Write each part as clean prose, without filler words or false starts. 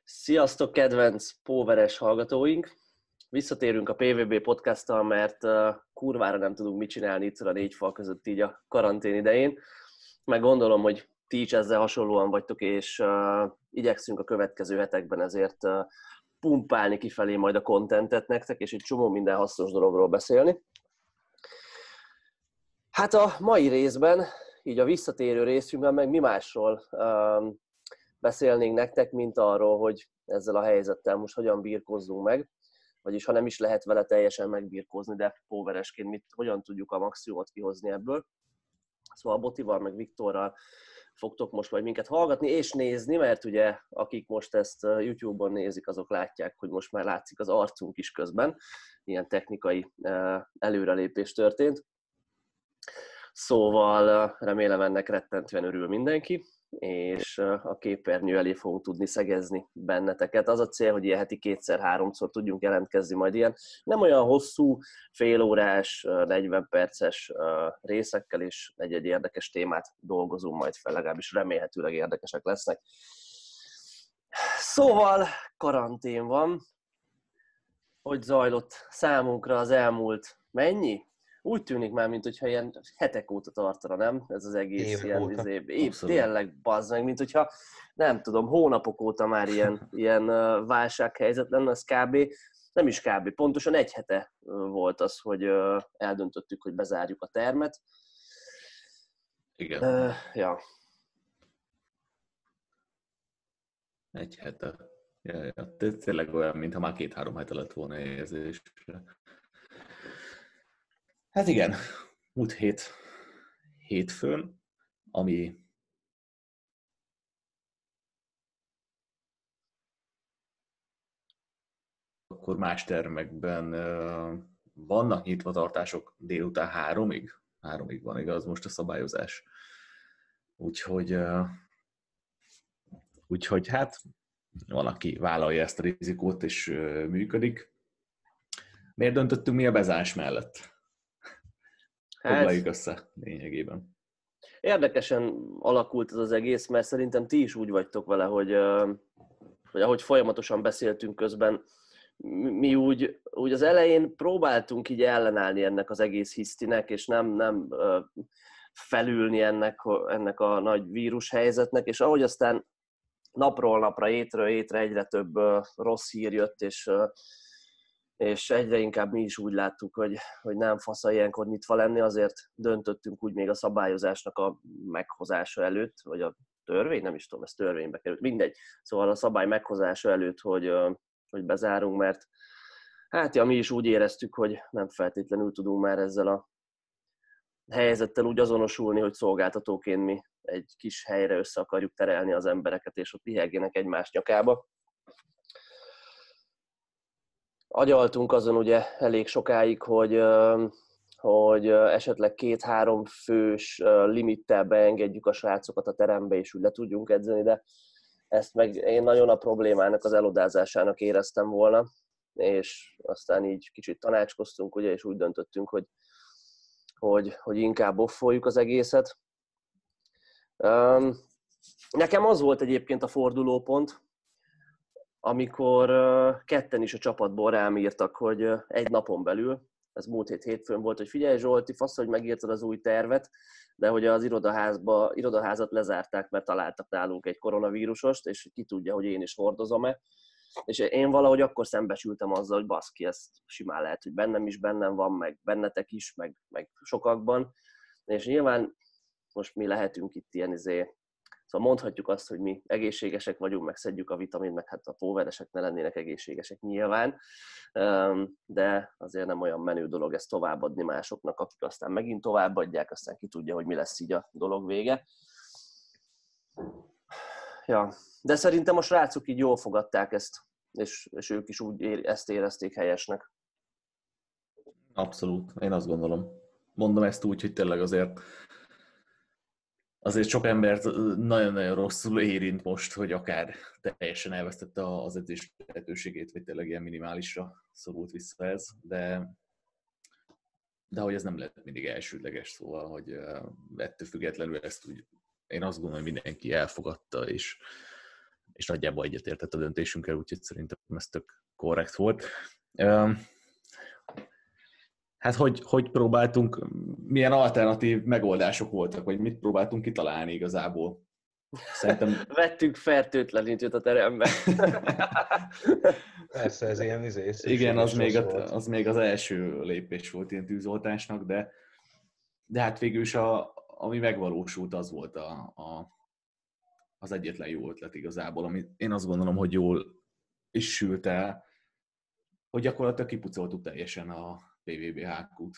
Sziasztok, kedvenc póveres hallgatóink! Visszatérünk a PVB podcasttal, mert kurvára nem tudunk mit csinálni itt a négy fal között így a karantén idején. Meg gondolom, hogy ti is ezzel hasonlóan vagytok, és igyekszünk a következő hetekben ezért pumpálni kifelé majd a contentet nektek, és egy csomó minden hasznos dologról beszélni. Hát a mai részben, így a visszatérő részünkben meg mi másról beszélnénk nektek, mint arról, hogy ezzel a helyzettel most hogyan birkózzunk meg, vagyis ha nem is lehet vele teljesen megbirkózni, de póveresként hogyan tudjuk a maximumot kihozni ebből. Szóval Botival meg Viktorral fogtok most majd minket hallgatni és nézni, mert ugye akik most ezt YouTube-on nézik, azok látják, hogy most már látszik az arcunk is közben. Ilyen technikai előrelépés történt. Szóval remélem ennek rettentően örül mindenki, és a képernyő elé fogunk tudni szegezni benneteket. Az a cél, hogy ilyen heti 2-3-szor tudjunk jelentkezni majd ilyen nem olyan hosszú, félórás, 40 perces részekkel, és egy érdekes témát dolgozunk majd fel, legalábbis remélhetőleg érdekesek lesznek. Szóval karantén van. Hogy zajlott számunkra az elmúlt mennyi? Úgy tűnik már, mintha ilyen hetek óta tartana, nem? Ez az egész év tényleg bazd meg, mint hogyha, nem tudom, hónapok óta már ilyen válsághelyzet lenne, az nem is pontosan egy hete volt az, hogy eldöntöttük, hogy bezárjuk a termet. Igen. Ja. Egy hete. Ja. Tényleg olyan, mintha már 2-3 hete lett volna érzésre. Hát igen, múlt hétfőn, ami akkor más termekben vannak nyitvatartások délután 3-ig. 3-ig van, igaz, most a szabályozás. Úgyhogy hát van, aki vállalja ezt a rizikót és működik. Miért döntöttünk mi a bezárás mellett? Foglaljuk össze lényegében. Érdekesen alakult ez az egész, mert szerintem ti is úgy vagytok vele, hogy ahogy folyamatosan beszéltünk közben, mi úgy az elején próbáltunk így ellenállni ennek az egész hisztinek, és nem felülni ennek a nagy vírushelyzetnek, és ahogy aztán napról napra, hétről hétre egyre több rossz hír jött, és egyre inkább mi is úgy láttuk, hogy nem fasza ilyenkor nyitva lenni, azért döntöttünk úgy még a szabályozásnak a meghozása előtt, vagy a törvény, nem is tudom, ez törvénybe került, mindegy. Szóval a szabály meghozása előtt, hogy bezárunk, mert hát ja, mi is úgy éreztük, hogy nem feltétlenül tudunk már ezzel a helyzettel úgy azonosulni, hogy szolgáltatóként mi egy kis helyre össze akarjuk terelni az embereket, és ott pihelgének egymás nyakába. Agyaltunk azon ugye elég sokáig, hogy esetleg 2-3 fős limittel beengedjük a srácokat a terembe, és úgy le tudjunk edzeni, de ezt meg én nagyon a problémának az elodázásának éreztem volna, és aztán így kicsit tanácskoztunk, ugye, és úgy döntöttünk, hogy inkább offoljuk az egészet. Nekem az volt egyébként a fordulópont, amikor ketten is a csapatból rám írtak, hogy egy napon belül, ez múlt hétfőn volt, hogy figyelj Zsolti, fasz, hogy megírtad az új tervet, de hogy az irodaházat lezárták, mert találtak nálunk egy koronavírusost, és ki tudja, hogy én is hordozom-e. És én valahogy akkor szembesültem azzal, hogy baszki, ez simán lehet, hogy bennem is bennem van, meg bennetek is, meg sokakban. És nyilván most mi lehetünk itt ilyen szóval mondhatjuk azt, hogy mi egészségesek vagyunk, meg szedjük a vitamint, meg hát a póveresek ne lennének egészségesek nyilván, de azért nem olyan menő dolog ezt továbbadni másoknak, akik aztán megint továbbadják, aztán ki tudja, hogy mi lesz így a dolog vége. Ja, de szerintem a srácok így jól fogadták ezt, és ők is úgy ezt érezték helyesnek. Abszolút, én azt gondolom. Mondom ezt úgy, hogy tényleg azért sok embert nagyon-nagyon rosszul érint most, hogy akár teljesen elvesztette az edzés lehetőségét, vagy tényleg ilyen minimálisra szorult vissza ez, de hogy ez nem lett mindig elsődleges, szóval, hogy ettől függetlenül ezt úgy, én azt gondolom, hogy mindenki elfogadta, és nagyjából egyetértett a döntésünkkel, úgyhogy szerintem ez tök korrekt volt. Hát hogy próbáltunk, milyen alternatív megoldások voltak, vagy mit próbáltunk kitalálni igazából? Szerintem... Vettünk fertőtlenítőt a terembe. Persze, ez ilyen igen, az még az első lépés volt ilyen tűzoltásnak, de hát végül is ami megvalósult, az volt az egyetlen jó ötlet igazából, amit én azt gondolom, hogy jól is sült el, hogy gyakorlatilag kipucoltuk teljesen a PVB hákút.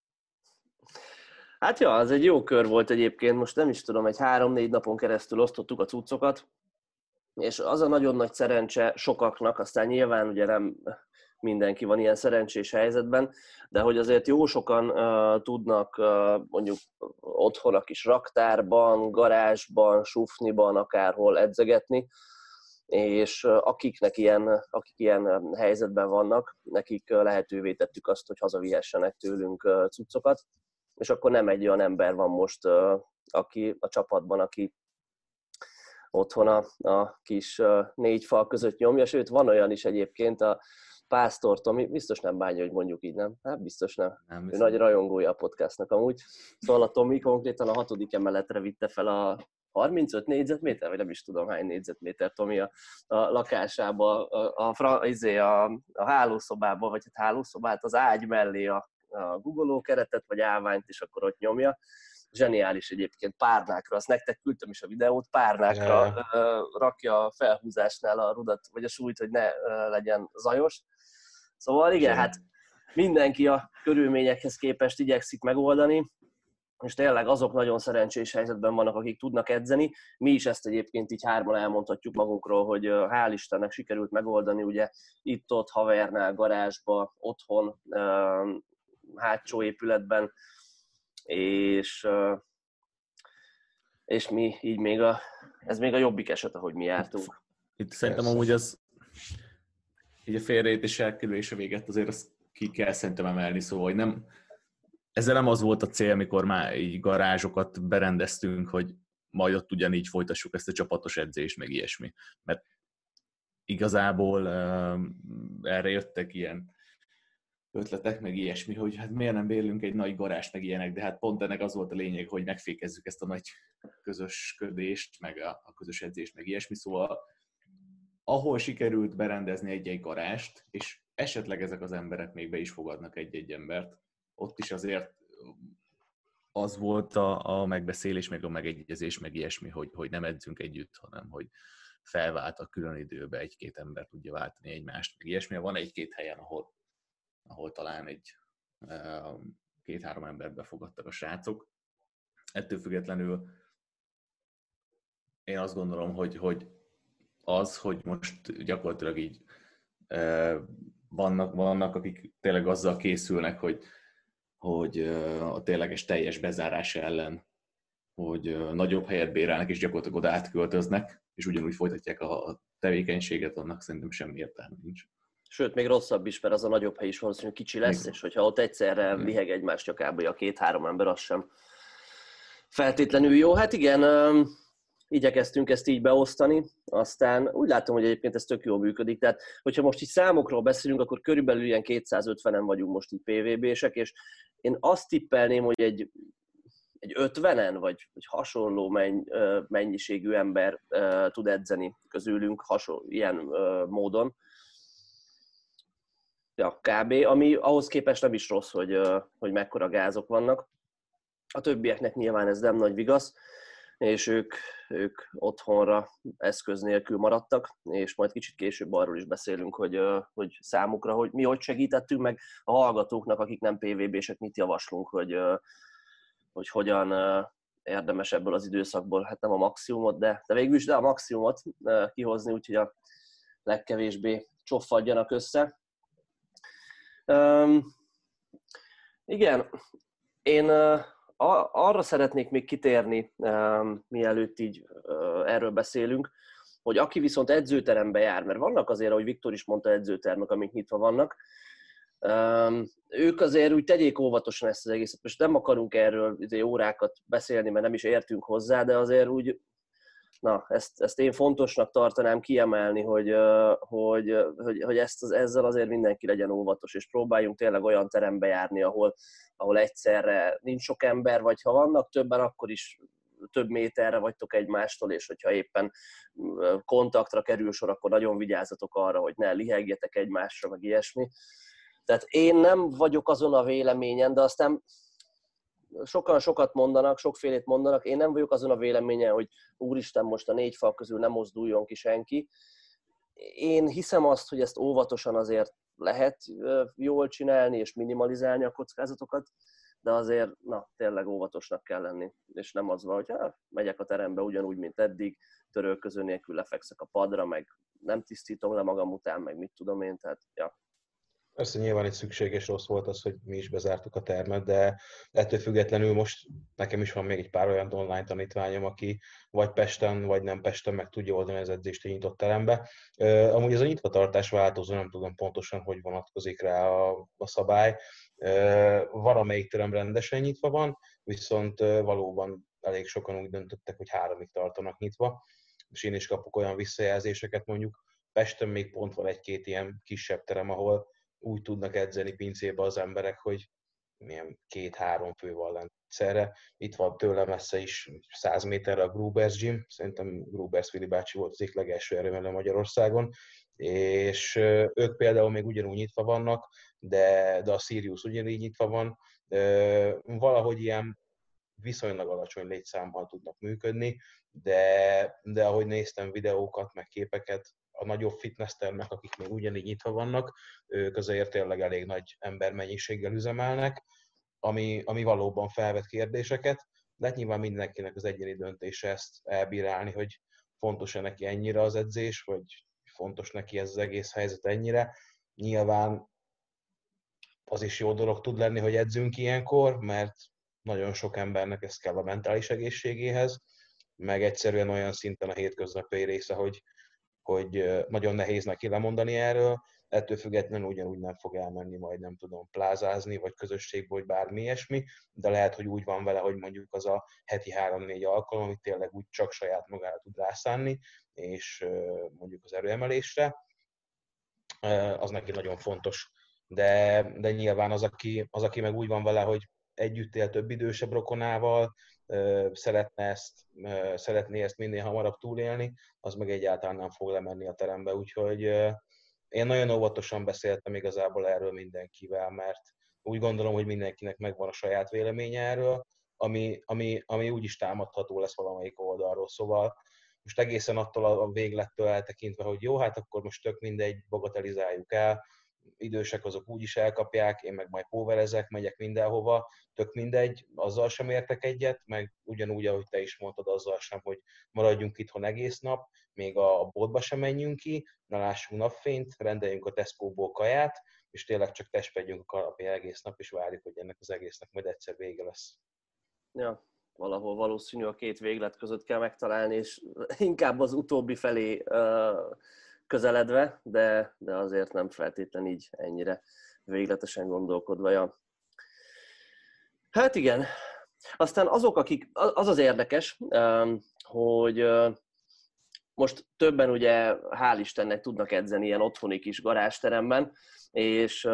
Hát ja, az egy jó kör volt egyébként, most nem is tudom, egy 3-4 napon keresztül osztottuk a cuccokat, és az a nagyon nagy szerencse sokaknak, aztán nyilván ugye nem mindenki van ilyen szerencsés helyzetben, de hogy azért jó sokan tudnak mondjuk otthon a kis raktárban, garázsban, sufniban, akárhol edzegetni, és akik ilyen helyzetben vannak, nekik lehetővé tettük azt, hogy hazavihessenek tőlünk cuccokat, és akkor nem egy olyan ember van most aki a csapatban, aki otthon a kis 4 fal között nyomja, sőt van olyan is egyébként, a Pásztor Tomi, biztos nem bánja, hogy mondjuk így, nem? Hát biztos nem. Ő nagy rajongója a podcastnak amúgy. Szóval a Tomi konkrétan a 6. emeletre vitte fel a 35 négyzetméter, vagy nem is tudom hány négyzetméter Tomi a lakásába, a hálószobába, vagy hát hálószobát, az ágy mellé a guggoló keretet, vagy állványt, és akkor ott nyomja. Zseniális egyébként, párnákra, azt nektek küldtem is a videót, párnákra rakja a felhúzásnál a rudat, vagy a súlyt, hogy ne legyen zajos. Szóval igen, hát mindenki a körülményekhez képest igyekszik megoldani, és tényleg azok nagyon szerencsés helyzetben vannak, akik tudnak edzeni. Mi is ezt egyébként így 3-an elmondhatjuk magunkról, hogy hál' Istennek sikerült megoldani, ugye itt-ott, havernál, garázsba, otthon, hátsó épületben, és mi így ez még a jobbik eset, ahogy mi jártunk. Itt szerintem amúgy az így a félreértés elkerülése véget azért azt ki kell szerintem emelni, szóval hogy nem, ezzel nem az volt a cél, mikor már így garázsokat berendeztünk, hogy majd ott ugyanígy folytassuk ezt a csapatos edzést, meg ilyesmi. Mert igazából erre jöttek ilyen ötletek, meg ilyesmi, hogy hát miért nem bérlünk egy nagy garást, meg ilyenek, de hát pont ennek az volt a lényeg, hogy megfékezzük ezt a nagy közösködést, meg a közös edzést, meg ilyesmi, szóval ahol sikerült berendezni egy-egy garást, és esetleg ezek az emberek még be is fogadnak egy-egy embert, ott is azért az volt a megbeszélés, meg a megegyezés, meg ilyesmi, hogy nem edzünk együtt, hanem hogy felváltak külön időbe, 1-2 ember tudja váltani egymást, meg ilyesmi. Van 1-2 helyen, ahol talán 2-3 embert befogadtak a srácok. Ettől függetlenül én azt gondolom, hogy most gyakorlatilag így vannak, akik tényleg azzal készülnek, hogy a tényleges teljes bezárás ellen, hogy nagyobb helyet bérelnek, és gyakorlatilag oda átköltöznek, és ugyanúgy folytatják a tevékenységet, annak szerintem semmi értelme nincs. Sőt, még rosszabb is, mert az a nagyobb hely is valószínűleg kicsi lesz, és hogyha ott egyszerre viheg egymás nyakába a 2-3 ember, az sem feltétlenül jó. Hát igen, igyekeztünk ezt így beosztani, aztán úgy látom, hogy egyébként ez tök jól működik. Tehát, hogyha most így számokról beszélünk, akkor körülbelül ilyen 250-en vagyunk most így PVB-sek, és én azt tippelném, hogy egy 50-en, vagy hasonló mennyiségű ember tud edzeni közülünk ilyen módon. Ja, kb. Ami ahhoz képest nem is rossz, hogy mekkora gázok vannak. A többieknek nyilván ez nem nagy vigasz, és ők otthonra eszköz nélkül maradtak, és majd kicsit később arról is beszélünk, hogy számukra, hogy mi hogy segítettünk, meg a hallgatóknak, akik nem PVB-sek, mit javaslunk, hogy hogyan érdemes ebből az időszakból, hát nem a maximumot, de végül is a maximumot kihozni, úgyhogy a legkevésbé csoffadjanak össze. Igen, én arra szeretnék még kitérni, mielőtt így erről beszélünk, hogy aki viszont edzőterembe jár, mert vannak azért, ahogy Viktor is mondta, edzőtermek, amik nyitva vannak, ők azért úgy tegyék óvatosan ezt az egészet. Most nem akarunk erről órákat beszélni, mert nem is értünk hozzá, de azért úgy na, ezt én fontosnak tartanám kiemelni, hogy ezzel azért mindenki legyen óvatos, és próbáljunk tényleg olyan terembe járni, ahol egyszerre nincs sok ember, vagy ha vannak többen, akkor is több méterre vagytok egymástól, és hogyha éppen kontaktra kerül sor, akkor nagyon vigyázzatok arra, hogy ne lihegjetek egymásra, meg ilyesmi. Tehát én nem vagyok azon a véleményen, de aztán sokan sokat mondanak, sokfélét mondanak, én nem vagyok azon a véleményen, hogy úristen, most a 4 fal közül nem mozduljon ki senki. Én hiszem azt, hogy ezt óvatosan azért lehet jól csinálni, és minimalizálni a kockázatokat, de azért, na, tényleg óvatosnak kell lenni. És nem az van, hogy megyek a terembe ugyanúgy, mint eddig, törölköző nélkül lefekszek a padra, meg nem tisztítom le magam után, meg mit tudom én, tehát, ja. Persze nyilván egy szükséges rossz volt az, hogy mi is bezártuk a termet, de ettől függetlenül most nekem is van még egy pár olyan online tanítványom, aki vagy Pesten, vagy nem Pesten meg tudja oldani az edzést egy nyitott terembe. Amúgy ez a nyitvatartás változó, nem tudom pontosan, hogy vonatkozik rá a szabály. Van, amelyik terem rendesen nyitva van, viszont valóban elég sokan úgy döntöttek, hogy 3-ig tartanak nyitva, és én is kapok olyan visszajelzéseket, mondjuk Pesten még pont van egy-két ilyen kisebb terem, ahol úgy tudnak edzeni pincébe az emberek, hogy milyen 2-3 fő van lent egyszerre. Itt van tőle messze is 100 méterre a Grubers Gym, szerintem Grubers Vili bácsi volt az egyik legelső erőmelő Magyarországon, és ők például még ugyanúgy nyitva vannak, de a Sirius ugyanígy nyitva van. Valahogy ilyen viszonylag alacsony létszámmal tudnak működni, de ahogy néztem videókat, meg képeket, a nagyobb fitnesstermek, akik még ugyanígy nyitva vannak, ők azért tényleg elég nagy embermennyiséggel üzemelnek, ami valóban felvet kérdéseket, de hát nyilván mindenkinek az egyéni döntése ezt elbírálni, hogy fontos-e neki ennyire az edzés, vagy fontos neki ez az egész helyzet ennyire. Nyilván az is jó dolog tud lenni, hogy edzünk ilyenkor, mert nagyon sok embernek ez kell a mentális egészségéhez, meg egyszerűen olyan szinten a hétköznapi része, hogy nagyon nehéz neki lemondani erről, ettől függetlenül ugyanúgy nem fog elmenni majd, nem tudom, plázázni, vagy közösségbe, vagy bármi ilyesmi, de lehet, hogy úgy van vele, hogy mondjuk az a heti 3-4 alkalom, amit tényleg úgy csak saját magára tud rászánni, és mondjuk az erőemelésre, az neki nagyon fontos. De nyilván az, aki meg úgy van vele, hogy együtt él több idősebb rokonával, szeretné ezt minél hamarabb túlélni, az meg egyáltalán nem fog lemenni a terembe. Úgyhogy én nagyon óvatosan beszéltem igazából erről mindenkivel, mert úgy gondolom, hogy mindenkinek megvan a saját véleménye erről, ami úgyis támadható lesz valamelyik oldalról. Szóval most egészen attól a véglettől eltekintve, hogy jó, hát akkor most tök mindegy, bagatelizáljuk el, idősek azok úgyis elkapják, én meg majd póverezek, megyek mindenhova, tök mindegy, azzal sem értek egyet, meg ugyanúgy, ahogy te is mondtad, azzal sem, hogy maradjunk itthon egész nap, még a boltba sem menjünk ki, ne lássunk napfényt, rendeljünk a Tesco-ból kaját, és tényleg csak testpedjünk a kanapén egész nap, és várjuk, hogy ennek az egésznek majd egyszer vége lesz. Ja, valahol valószínű a két véglet között kell megtalálni, és inkább az utóbbi felé közeledve, de azért nem feltétlen így ennyire végletesen gondolkodva. Ja. Hát igen. Aztán azok, akik, az érdekes, hogy most többen ugye hál' Istennek tudnak edzeni ilyen otthoni kis garázsteremben, és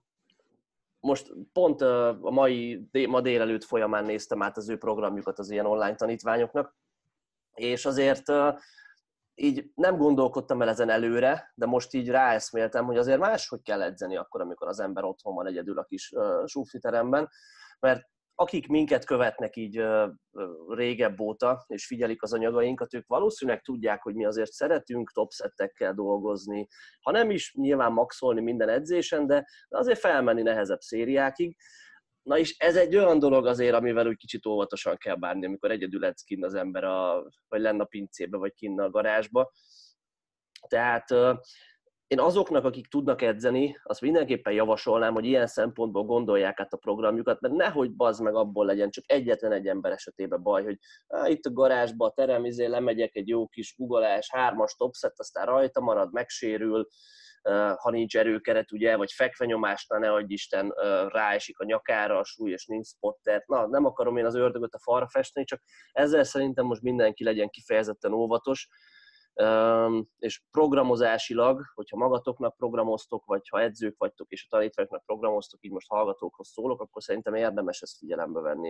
most pont ma délelőtt folyamán néztem át az ő programjukat az ilyen online tanítványoknak, és azért így nem gondolkodtam el ezen előre, de most így ráeszméltem, hogy azért máshogy kell edzeni akkor, amikor az ember otthon van egyedül a kis sufliteremben, mert akik minket követnek így régebb óta, és figyelik az anyagainkat, ők valószínűleg tudják, hogy mi azért szeretünk topsettekkel dolgozni, ha nem is nyilván maxolni minden edzésen, de azért felmenni nehezebb szériákig. Na és ez egy olyan dolog azért, amivel úgy kicsit óvatosan kell bánni, amikor egyedül edz kinn az ember, vagy lenne a pincébe, vagy kinn a garázsba. Tehát én azoknak, akik tudnak edzeni, azt mindenképpen javasolnám, hogy ilyen szempontból gondolják át a programjukat, mert nehogy bazd meg abból legyen csak egyetlen egy ember esetében baj, hogy itt a garázsba, a terem, lemegyek egy jó kis guggolás, 3-as topset, aztán rajta marad, megsérül, ha nincs erőkeret, ugye, vagy fekvenyomásnál, ne adj Isten, ráesik a nyakára a súly, és nincs spotter. Na, nem akarom én az ördögöt a falra festeni, csak ezzel szerintem most mindenki legyen kifejezetten óvatos, és programozásilag, hogyha magatoknak programoztok, vagy ha edzők vagytok, és a tanítványoknak programoztok, így most hallgatókhoz szólok, akkor szerintem érdemes ezt figyelembe venni,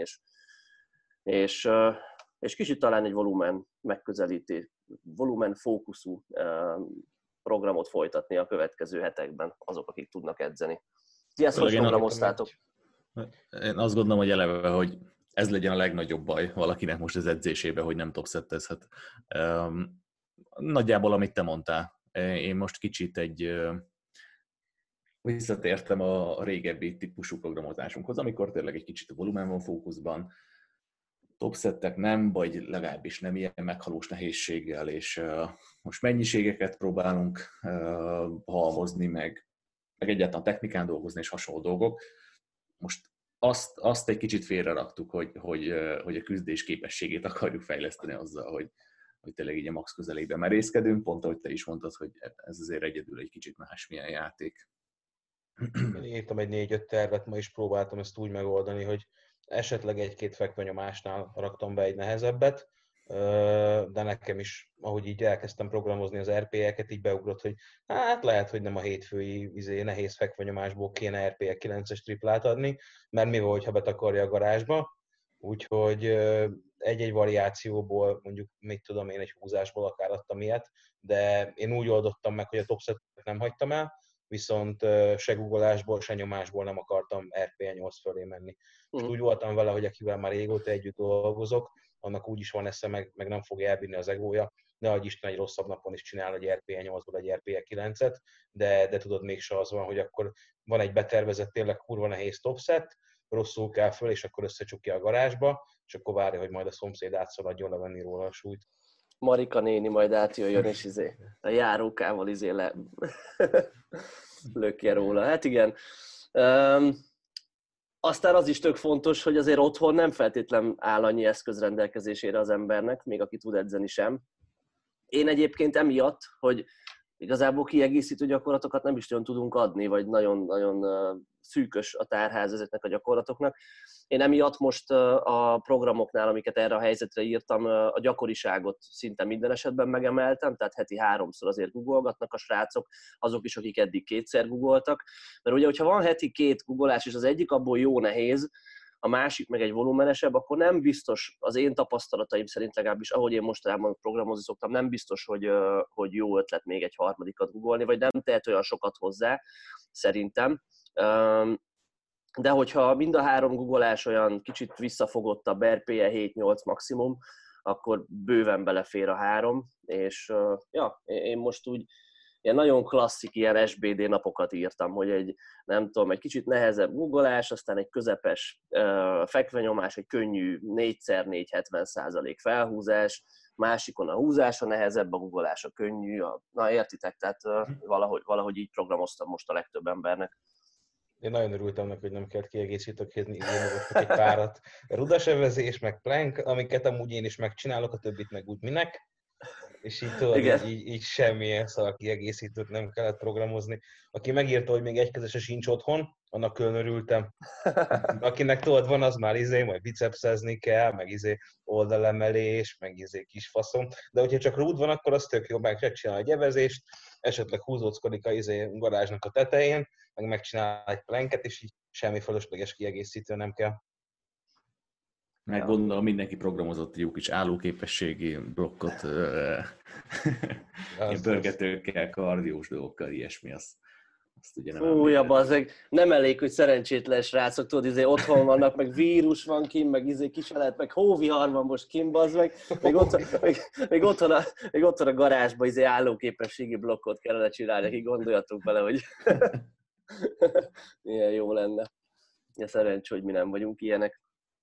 és kicsit talán egy volumen fókuszú programot folytatni a következő hetekben azok, akik tudnak edzeni. Ti ezt hogy programoztátok? Én azt gondolom, hogy eleve, hogy ez legyen a legnagyobb baj valakinek most az edzésében, hogy nem topszettezhet. Nagyjából, amit te mondtál. Én most kicsit visszatértem a régebbi típusú programozásunkhoz, amikor tényleg egy kicsit a volumen van fókuszban, topszettek nem, vagy legalábbis nem ilyen meghalós nehézséggel, és most mennyiségeket próbálunk halmozni, meg egyáltalán technikán dolgozni, és hasonló dolgok. Most azt egy kicsit félreraktuk, hogy a küzdés képességét akarjuk fejleszteni azzal, hogy tényleg így a max közelében merészkedünk, pont ahogy te is mondtad, hogy ez azért egyedül egy kicsit másmilyen játék. Én írtam egy 4-5 tervet, ma is próbáltam ezt úgy megoldani, hogy esetleg egy-két fekvenyomásnál raktam be egy nehezebbet, de nekem is, ahogy így elkezdtem programozni az RPE-ket, így beugrott, hogy hát lehet, hogy nem a hétfői nehéz fekvenyomásból kéne RPE 9-es triplát adni, mert mi van, hogyha betakarja a garázsba, úgyhogy egy-egy variációból, mondjuk mit tudom én, egy húzásból akár adtam ilyet, de én úgy oldottam meg, hogy a topsetet nem hagytam el, viszont se googolásból, se nyomásból nem akartam RPE 8 fölé menni. Most úgy voltam vele, hogy akivel már régóta együtt dolgozok, annak úgy is van esze, meg nem fogja elbírni az egója. Ne adj Isten, egy rosszabb napon is csinál egy RPE 8-ból egy RPE 9-et, de tudod, mégse az van, hogy akkor van egy betervezett, tényleg kurva nehéz topset, rosszul kell föl, és akkor összecsukja a garázsba, és akkor várja, hogy majd a szomszéd átszaladjon levenni róla a súlyt. Marika néni majd átjöjjön, és a járókával lökje róla. Hát igen. Aztán az is tök fontos, hogy azért otthon nem feltétlen áll annyi eszköz rendelkezésére az embernek, még aki tud edzeni sem. Én egyébként emiatt, hogy igazából kiegészítő gyakorlatokat nem is nagyon tudunk adni, vagy nagyon szűkös a tárház ezeknek a gyakorlatoknak. Én emiatt most a programoknál, amiket erre a helyzetre írtam, a gyakoriságot szinte minden esetben megemeltem, tehát heti 3-szor azért googolgatnak a srácok, azok is, akik eddig 2-szer googoltak. Mert ugye, hogyha van heti 2 googolás, és az egyik abból jó nehéz, a másik meg egy volumenesebb, akkor nem biztos, az én tapasztalataim szerint legalábbis, ahogy én mostanában programozni szoktam, nem biztos, hogy jó ötlet még egy harmadikat googolni, vagy nem tehet olyan sokat hozzá, szerintem. De hogyha mind a 3 googolás olyan kicsit visszafogottabb, RPE 7-8 maximum, akkor bőven belefér a 3, és én most úgy ilyen nagyon klasszik ilyen SBD napokat írtam, hogy egy kicsit nehezebb googolás, aztán egy közepes fekvenyomás, egy könnyű 4x4 70% felhúzás, másikon a húzás a nehezebb, a googolás a könnyű, na értitek, tehát valahogy így programoztam most a legtöbb embernek. Én nagyon örültem neki, hogy nem kellett kiegészítők, írni egy párat. Rudasevezés, meg plank, amiket amúgy én is megcsinálok, a többit meg úgy minek. És így tudod, így semmilyen kiegészítőt nem kellett programozni. Aki megírta, hogy még egykezese sincs otthon, annak külön örültem. Akinek tudod, van, az már majd bicepszezni kell, meg oldalemelés, meg kis faszom. De hogyha csak rúd van, akkor az tök jó, megcsinál egy evezést, esetleg húzóckodik a garázsnak a tetején, meg megcsinál egy planket, és így semmi fölösleges kiegészítő nem kell. Meg gondolom mindenki programozott egy jó kis állóképességi blokkot, ilyen pörgetőkkel, kardiós dolgokkal, ilyesmi, azt ugye nem emlékezem. Nem elég, hogy szerencsétlen srácok, tudod, otthon vannak, meg vírus van kint, meg kiselet, meg hóvihar van most kint, bazd meg, még otthon a garázsba állóképességi blokkot kellene csinálni, akik gondoljatok bele, hogy milyen jó lenne. Ja, szerencsé, hogy mi nem vagyunk ilyenek.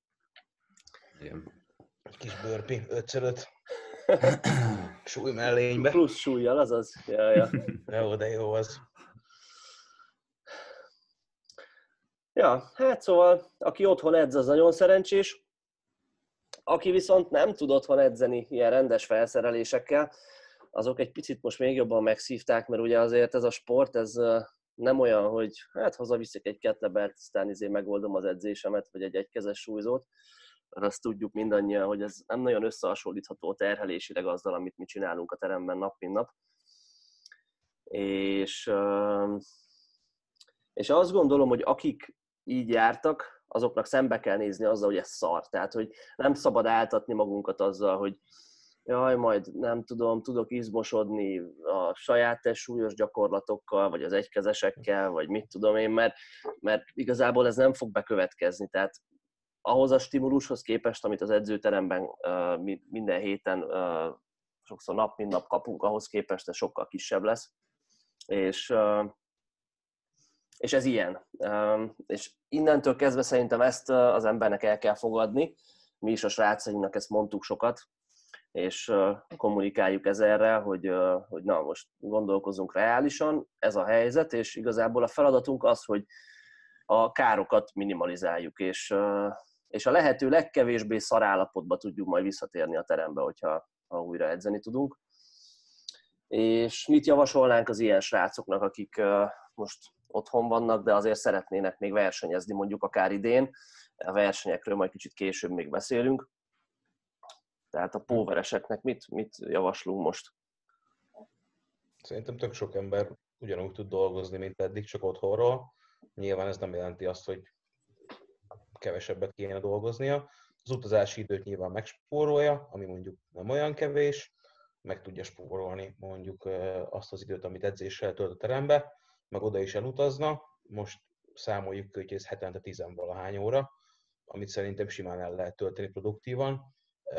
Egy kis burpee, 5x5. Súly mellénybe. Plusz súlyjal, azaz. Ja. Jó, de jó az. Ja, hát szóval, aki otthon edz, az nagyon szerencsés. Aki viszont nem tud otthon edzeni ilyen rendes felszerelésekkel, azok egy picit most még jobban megszívták, mert ugye azért ez a sport, ez nem olyan, hogy hát hazaviszek egy kettlebelt, aztán megoldom az edzésemet, vagy egy egykezes súlyzót, mert azt tudjuk mindannyian, hogy ez nem nagyon összehasonlítható terhelésileg azzal, amit mi csinálunk a teremben nap, mint nap. És azt gondolom, hogy akik így jártak, azoknak szembe kell nézni azzal, hogy ez szar. Tehát, hogy nem szabad áltatni magunkat azzal, hogy jaj, majd nem tudom, tudok izmosodni a saját testsúlyos gyakorlatokkal, vagy az egykezesekkel, vagy mit tudom én, mert igazából ez nem fog bekövetkezni. Tehát ahhoz a stimulushoz képest, amit az edzőteremben minden héten, sokszor nap, mint nap kapunk, ahhoz képest ez sokkal kisebb lesz. És ez ilyen. És innentől kezdve szerintem ezt az embernek el kell fogadni. Mi is a srácainknak ezt mondtuk sokat, és kommunikáljuk ezerrel, hogy na, most gondolkozunk reálisan, ez a helyzet, és igazából a feladatunk az, hogy a károkat minimalizáljuk, és a lehető legkevésbé szarállapotba tudjuk majd visszatérni a terembe, hogyha újra edzeni tudunk. És mit javasolnánk az ilyen srácoknak, akik most otthon vannak, de azért szeretnének még versenyezni, mondjuk akár idén. A versenyekről majd kicsit később még beszélünk. Tehát a póvereseknek mit javaslunk most? Szerintem tök sok ember ugyanúgy tud dolgozni, mint eddig, csak otthonról. Nyilván ez nem jelenti azt, hogy kevesebbet kéne dolgoznia. Az utazási időt nyilván megspórolja, ami mondjuk nem olyan kevés, meg tudja spórolni mondjuk azt az időt, amit edzéssel tölt a terembe, meg oda is elutazna. Most számoljuk ki, hogy ez hetente 10-valahány óra, amit szerintem simán el lehet tölteni produktívan.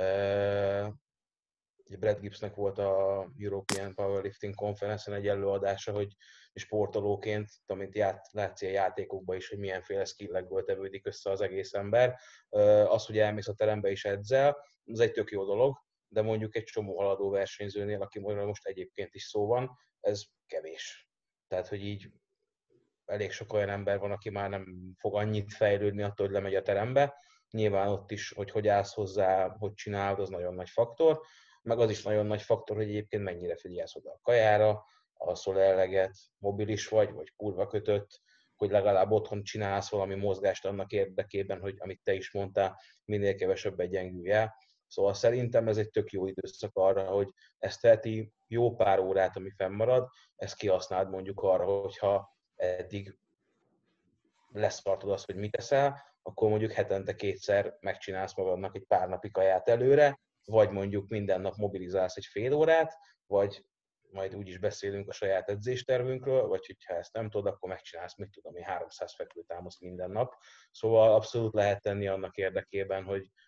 Brad Gibbsnek volt a European Powerlifting Conference-en egy előadása, hogy sportolóként, amit látszik a játékokban is, hogy milyenféle skillekből tevődik össze az egész ember. Az, hogy elmész a terembe és edzel, az egy tök jó dolog, de mondjuk egy csomó haladó versenyzőnél, aki most egyébként is szó van, ez kevés. Tehát, hogy így elég sok olyan ember van, aki már nem fog annyit fejlődni attól, hogy lemegy a terembe. Nyilván ott is, hogy állsz hozzá, hogy csinálod, az nagyon nagy faktor. Meg az is nagyon nagy faktor, hogy egyébként mennyire figyelsz oda a kajára, alszol eleget, mobilis vagy kurva kötött, hogy legalább otthon csinálsz valami mozgást annak érdekében, hogy amit te is mondtál, minél kevesebbet gyengülj el. Szóval szerintem ez egy tök jó időszak arra, hogy ezt teheti jó pár órát, ami fennmarad, ezt kihasználd mondjuk arra, hogyha eddig leszartod azt, hogy mit eszel, akkor mondjuk hetente 2-szer megcsinálsz magadnak egy pár napi kaját előre, vagy mondjuk minden nap mobilizálsz egy fél órát, vagy majd úgyis beszélünk a saját edzéstervünkről, vagy hogyha ezt nem tudod, akkor megcsinálsz, mit tudom én, 300 fekvőtámaszt minden nap. Szóval abszolút lehet tenni annak érdekében,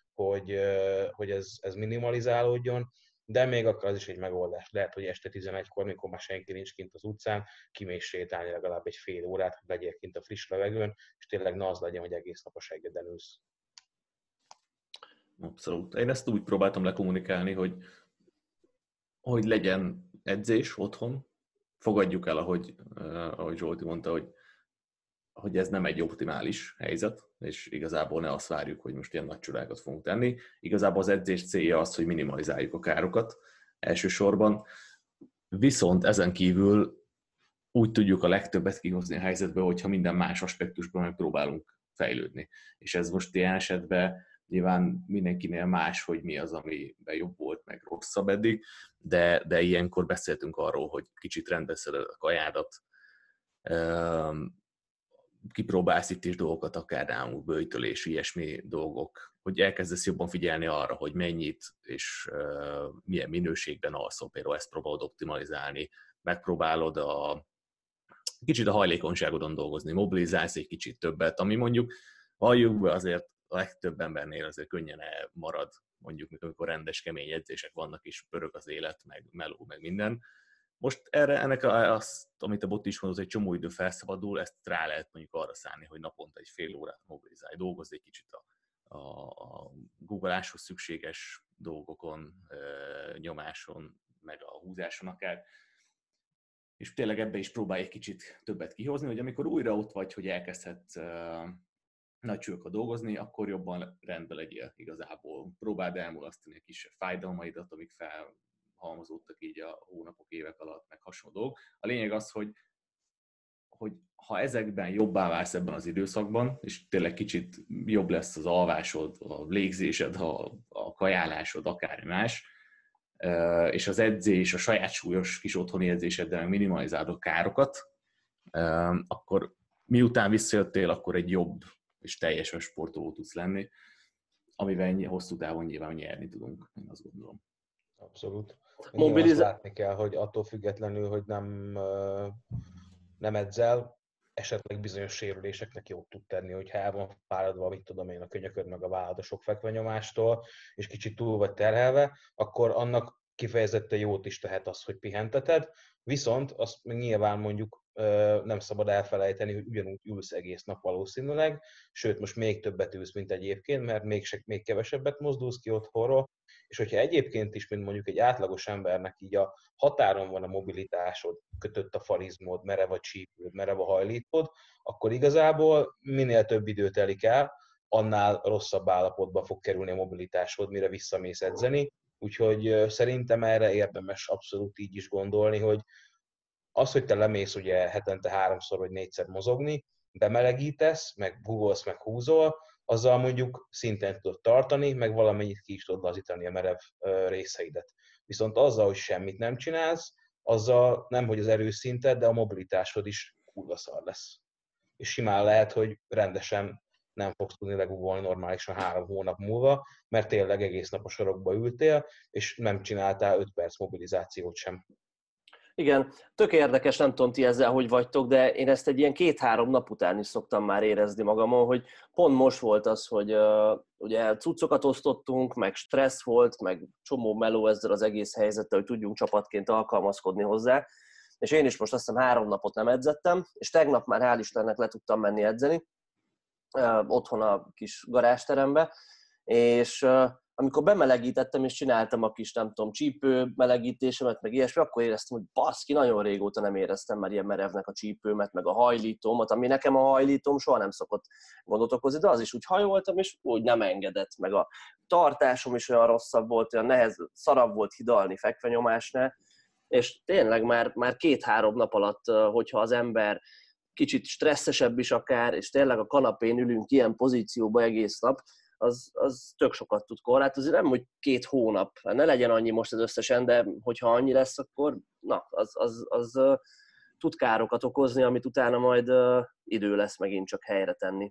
hogy ez minimalizálódjon, de még akkor az is egy megoldás. Lehet, hogy este 11-kor, mikor már senki nincs kint az utcán, kimész sétálni legalább egy fél órát, hogy legyél kint a friss levegőn, és tényleg ne az legyen, hogy egész nap a seggeden ülsz. Abszolút. Én ezt úgy próbáltam lekommunikálni, hogy legyen edzés otthon. Fogadjuk el, ahogy Zsolti mondta, hogy ez nem egy optimális helyzet, és igazából ne azt várjuk, hogy most ilyen nagy csodákat fogunk tenni. Igazából az edzés célja az, hogy minimalizáljuk a károkat elsősorban. Viszont ezen kívül úgy tudjuk a legtöbbet kihozni a helyzetből, hogyha minden más aspektusban megpróbálunk fejlődni. És ez most ilyen esetben nyilván mindenkinél más, hogy mi az, amiben jobb volt, meg rosszabb eddig, de ilyenkor beszéltünk arról, hogy kicsit rendbeszeded a kajádat, kipróbálsz itt is dolgokat, akár rámú, böjtölés, ilyesmi dolgok, hogy elkezdesz jobban figyelni arra, hogy mennyit és milyen minőségben alszol, például ezt próbálod optimalizálni, megpróbálod kicsit a hajlékonyságodon dolgozni, mobilizálsz egy kicsit többet, ami mondjuk valljuk be azért a legtöbb embernél azért könnyen elmarad, mondjuk amikor rendes, kemény edzések vannak, és pörög az élet, meg meló, meg minden. Most ennek azt, amit a Botti is mondott, egy csomó idő felszabadul, ezt rá lehet mondjuk arra szállni, hogy naponta egy fél órát mobilizálj, dolgozz egy kicsit a googleáshoz szükséges dolgokon, nyomáson, meg a húzáson akár. És tényleg ebbe is próbálj egy kicsit többet kihozni, hogy amikor újra ott vagy, hogy elkezdhetsz nagy súlyokkal dolgozni, akkor jobban rendben legyél igazából. Próbáld elmulasztani a kisebb fájdalmaidat, amik halmozódtak így a hónapok, évek alatt, meg hasonlók. A lényeg az, hogy ha ezekben jobbá válsz ebben az időszakban, és tényleg kicsit jobb lesz az alvásod, a légzésed, a kajálásod, akármi más, és az edzés, a saját súlyos kis otthoni edzéseddel minimalizálod a károkat, akkor miután visszajöttél, akkor egy jobb és teljesen sportoló tudsz lenni, amivel hosszú távon nyilván nyerni tudunk, én azt gondolom. Abszolút. Nyilván azt látni kell, hogy attól függetlenül, hogy nem edzel, esetleg bizonyos sérüléseknek jót tud tenni, hogyha el van fáradva, mit tudom én, a könyököd meg a vállad a sok fekvenyomástól, és kicsit túl vagy terhelve, akkor annak kifejezetten jót is tehet az, hogy pihenteted, viszont azt nyilván mondjuk nem szabad elfelejteni, hogy ugyanúgy ülsz egész nap valószínűleg, sőt most még többet ülsz, mint egyébként, mert még kevesebbet mozdulsz ki otthonról, és hogyha egyébként is, mint mondjuk egy átlagos embernek így a határon van a mobilitásod, kötött a farizmod, merev a csípőd, merev a hajlítód, akkor igazából minél több idő telik el, annál rosszabb állapotba fog kerülni a mobilitásod, mire visszamész edzeni. Úgyhogy szerintem erre érdemes abszolút így is gondolni, hogy az, hogy te lemész ugye hetente 3-szor vagy 4-szer mozogni, bemelegítesz, meg googolsz, meg húzol, azzal mondjuk szinten tudod tartani, meg valamennyit ki is tudod lazítani a merev részeidet. Viszont azzal, hogy semmit nem csinálsz, azzal nem, hogy az erőszinted, de a mobilitásod is kurva szar lesz. És simán lehet, hogy rendesen nem fogsz tudni legugolni normálisan 3 hónap múlva, mert tényleg egész nap a sarokba ültél, és nem csináltál 5 perc mobilizációt sem. Igen, tök érdekes, nem tudom ti ezzel hogy vagytok, de én ezt egy ilyen 2-3 nap után is szoktam már érezni magamon, hogy pont most volt az, hogy ugye cuccokat osztottunk, meg stressz volt, meg csomó meló ezzel az egész helyzettel, hogy tudjunk csapatként alkalmazkodni hozzá, és én is most azt hiszem 3 napot nem edzettem, és tegnap már hál' Istennek le tudtam menni edzeni, otthon a kis garázsterembe, és amikor bemelegítettem és csináltam a kis, nem tudom, csípő melegítésemet, meg ilyesmi, akkor éreztem, hogy baszki, nagyon régóta nem éreztem már ilyen merevnek a csípőmet, meg a hajlítómat, ami nekem a hajlítóm soha nem szokott gondot okozni, de az is úgy hajoltam, és úgy nem engedett, meg a tartásom is olyan rosszabb volt, olyan szarabb volt hidalni fekvenyomásnál, és tényleg már 2-3 nap alatt, hogyha az ember kicsit stresszesebb is akár, és tényleg a kanapén ülünk ilyen pozícióba egész nap, az tök sokat tud korlátozni. Nem, hogy 2 hónap, ne legyen annyi most az összesen, de hogyha annyi lesz, akkor na, az tud károkat okozni, amit utána majd idő lesz megint csak helyre tenni.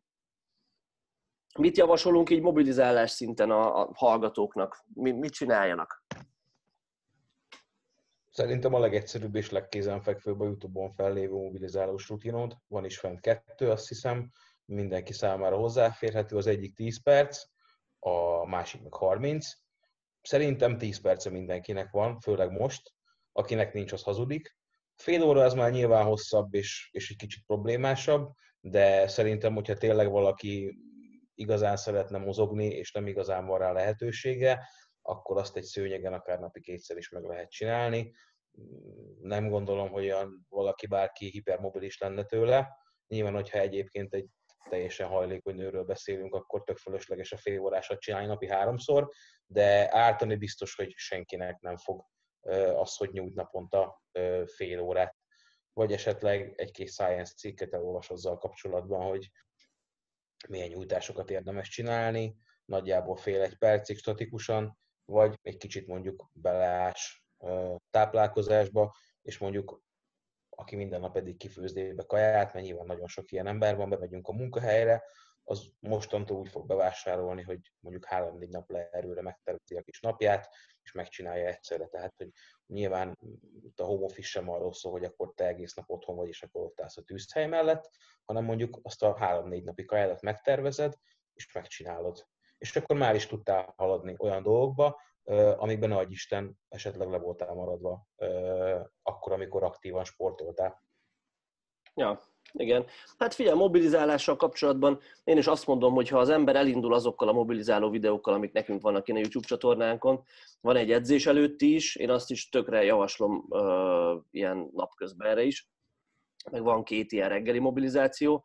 Mit javasolunk így mobilizálás szinten a hallgatóknak? Mit csináljanak? Szerintem a legegyszerűbb és legkézenfekvőbb a YouTube-on fellévő mobilizálós rutinod. Van is fent 2, azt hiszem, mindenki számára hozzáférhető. Az egyik 10 perc, a másik meg 30. Szerintem 10 perce mindenkinek van, főleg most. Akinek nincs, az hazudik. Fél óra az már nyilván hosszabb és egy kicsit problémásabb, de szerintem, hogyha tényleg valaki igazán szeretne mozogni, és nem igazán van rá lehetősége, akkor azt egy szőnyegen akár napi 2-szer is meg lehet csinálni. Nem gondolom, hogy valaki bárki hipermobilis lenne tőle. Nyilván, hogyha egyébként egy teljesen hajlékony nőről beszélünk, akkor tök fölösleges a fél órásat csinálni napi 3-szor, de ártani biztos, hogy senkinek nem fog az, hogy nyújt naponta fél órát. Vagy esetleg egy-két science cikket elolvas azzal kapcsolatban, hogy milyen nyújtásokat érdemes csinálni, nagyjából fél 1 percig statikusan, vagy egy kicsit mondjuk beleás táplálkozásba, és mondjuk aki minden nap eddig kifőzné be kaját, mert nyilván nagyon sok ilyen ember van, bemegyünk a munkahelyre, az mostantól úgy fog bevásárolni, hogy mondjuk 3-4 nap leerőre megtervezi a kis napját, és megcsinálja egyszerre. Tehát, hogy nyilván a home office sem arról szól, hogy akkor te egész nap otthon vagy, és akkor ott állsz a tűzhely mellett, hanem mondjuk azt a 3-4 napi kajádat megtervezed, és megcsinálod. És akkor már is tudtál haladni olyan dolgokba, amikben nagy Isten esetleg le voltál maradva akkor, amikor aktívan sportoltál. Ja, igen. Hát figyelj, mobilizálással kapcsolatban én is azt mondom, hogy ha az ember elindul azokkal a mobilizáló videókkal, amik nekünk vannak a YouTube csatornánkon, van egy edzés előtti is, én azt is tökre javaslom ilyen napközben erre is, meg van 2 ilyen reggeli mobilizáció,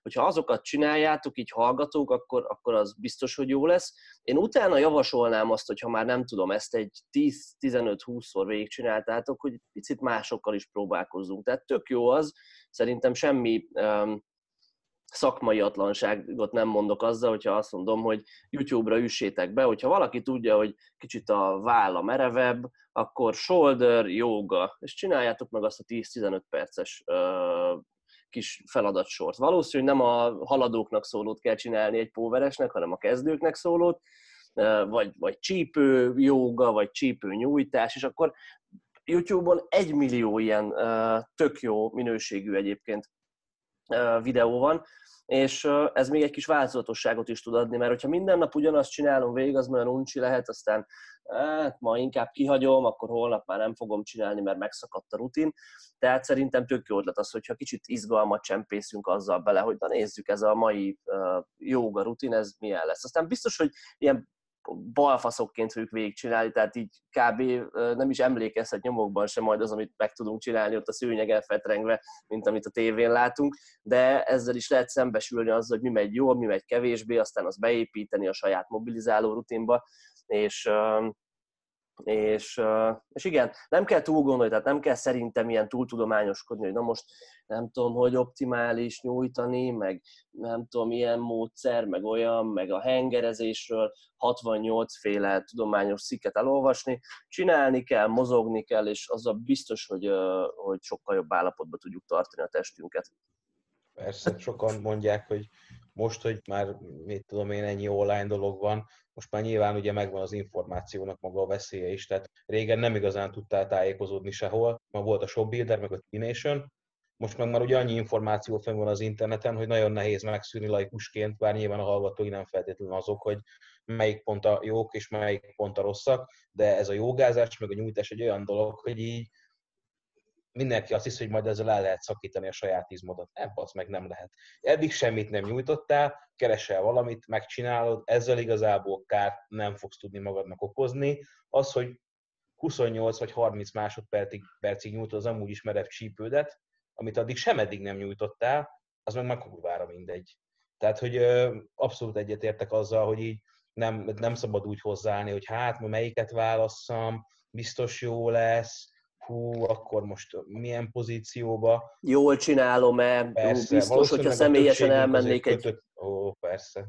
hogyha azokat csináljátok, így hallgatók, akkor az biztos, hogy jó lesz. Én utána javasolnám azt, hogyha már nem tudom, ezt egy 10-15-20-szor végigcsináltátok, hogy picit másokkal is próbálkozzunk. Tehát tök jó az, szerintem semmi szakmaiatlanságot nem mondok azzal, hogyha azt mondom, hogy YouTube-ra üssétek be, hogyha valaki tudja, hogy kicsit a válla merevebb, akkor shoulder, yoga, és csináljátok meg azt a 10-15 perces kis feladatsort. Valószínűleg nem a haladóknak szólót kell csinálni egy poweresnek, hanem a kezdőknek szólót, vagy csípő jóga, vagy csípő nyújtás, és akkor YouTube-on 1 millió ilyen tök jó minőségű egyébként videó van, és ez még egy kis változatosságot is tud adni, mert hogyha minden nap ugyanazt csinálom végig, az nagyon uncsi lehet, aztán ma inkább kihagyom, akkor holnap már nem fogom csinálni, mert megszakadt a rutin. Tehát szerintem tök jó ötlet az, hogyha kicsit izgalmat csempészünk azzal bele, hogy na nézzük, ez a mai jóga rutin, ez milyen lesz. Aztán biztos, hogy ilyen balfaszokként fogjuk végigcsinálni, tehát így kb. Nem is emlékezhet nyomokban sem majd az, amit meg tudunk csinálni ott a szőnyegen fetrengve, mint amit a tévén látunk, de ezzel is lehet szembesülni azzal, hogy mi megy jól, mi megy kevésbé, aztán azt beépíteni a saját mobilizáló rutinba, és igen, nem kell túl gondolni, tehát nem kell szerintem ilyen túltudományoskodni, hogy na most nem tudom, hogy optimális nyújtani, meg nem tudom, ilyen módszer, meg olyan, meg a hengerezésről 68 féle tudományos cikket elolvasni. Csinálni kell, mozogni kell, és azzal biztos, hogy sokkal jobb állapotban tudjuk tartani a testünket. Persze, sokan mondják, hogy most, hogy már, mit tudom én, ennyi online dolog van, most már nyilván ugye megvan az információnak maga a veszélye is, tehát régen nem igazán tudtál tájékozódni sehol, ma volt a Shopbuilder, meg a T-Nation, most meg már ugye annyi információ fenn van az interneten, hogy nagyon nehéz megszűrni laikusként, bár nyilván a hallgatói nem feltétlenül azok, hogy melyik pont a jók és melyik pont a rosszak, de ez a jogázás, meg a nyújtás egy olyan dolog, hogy így mindenki azt hiszi, hogy majd ezzel el lehet szakítani a saját izmodat. Az meg nem lehet. Eddig semmit nem nyújtottál, keresel valamit, megcsinálod, ezzel igazából kárt nem fogsz tudni magadnak okozni. Az, hogy 28 vagy 30 másodpercig nyújtod az amúgy is merev csípődet, amit addig sem eddig nem nyújtottál, az meg kurvára mindegy. Tehát, hogy abszolút egyetértek azzal, hogy így nem szabad úgy hozzáállni, hogy hát melyiket válasszam, biztos jó lesz, akkor most milyen pozícióba. Jól csinálom-e? Persze, biztos, hogyha személyesen elmennék persze.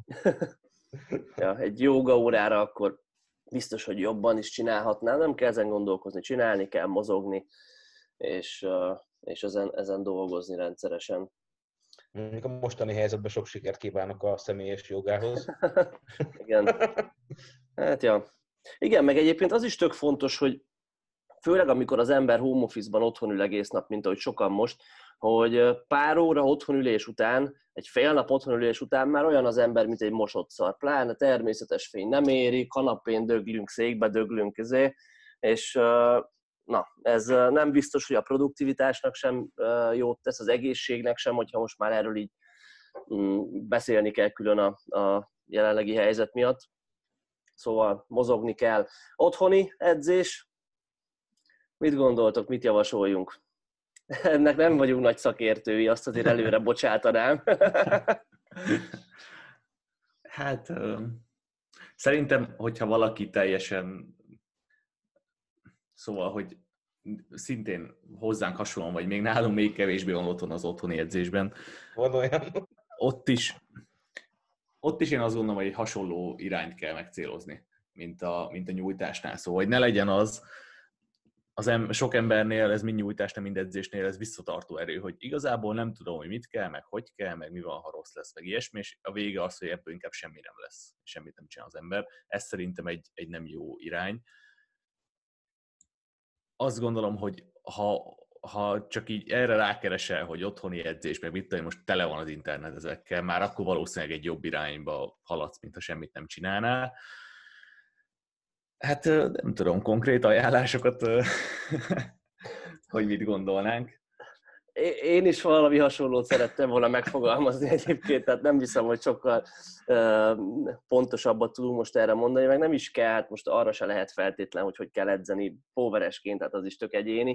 Ja, egy jóga órára, akkor biztos, hogy jobban is csinálhatnám. Nem kell ezen gondolkozni, csinálni kell, mozogni, és ezen dolgozni rendszeresen. A mostani helyzetben sok sikert kívánok a személyes jogához. Igen. Hát ja. Igen, meg egyébként az is tök fontos, hogy főleg amikor az ember home office-ban otthon ül egész nap, mint ahogy sokan most, hogy pár óra otthonülés után, egy fél nap otthonülés után már olyan az ember, mint egy mosott szar. Pláne természetes fény nem éri, kanapén döglünk, székbe döglünk, és na, ez nem biztos, hogy a produktivitásnak sem jót tesz, az egészségnek sem, hogyha most már erről így beszélni kell külön a jelenlegi helyzet miatt. Szóval mozogni kell. Otthoni edzés, mit gondoltok, mit javasoljunk? Ennek nem vagyunk nagy szakértői, azt azért előre bocsátanám. Hát szerintem, hogyha valaki teljesen, szóval, hogy szintén hozzánk hasonlóan, vagy még nálunk még kevésbé van otthon az otthoni edzésben. Van olyan? Ott is én azt gondolom, hogy egy hasonló irányt kell megcélozni, mint a nyújtásnál. Szóval, hogy ne legyen sok embernél, ez mind nyújtásnál, mind edzésnél, ez visszatartó erő, hogy igazából nem tudom, hogy mit kell, meg hogy kell, meg mi van, ha rossz lesz, meg ilyesmi, és a vége az, hogy ebből inkább semmi nem lesz, semmit nem csinál az ember. Ez szerintem egy nem jó irány. Azt gondolom, hogy ha csak így erre rákeresel, hogy otthoni edzés, meg mit tudom, most tele van az internet ezekkel, már akkor valószínűleg egy jobb irányba haladsz, mint ha semmit nem csinálnál. Hát nem tudom, konkrét ajánlásokat, hogy mit gondolnánk. Én is valami hasonlót szerettem volna megfogalmazni egyébként, tehát nem hiszem, hogy sokkal pontosabbat tudunk most erre mondani, meg nem is kell, hát most arra se lehet feltétlen, hogy kell edzeni poweresként, tehát az is tök egyéni.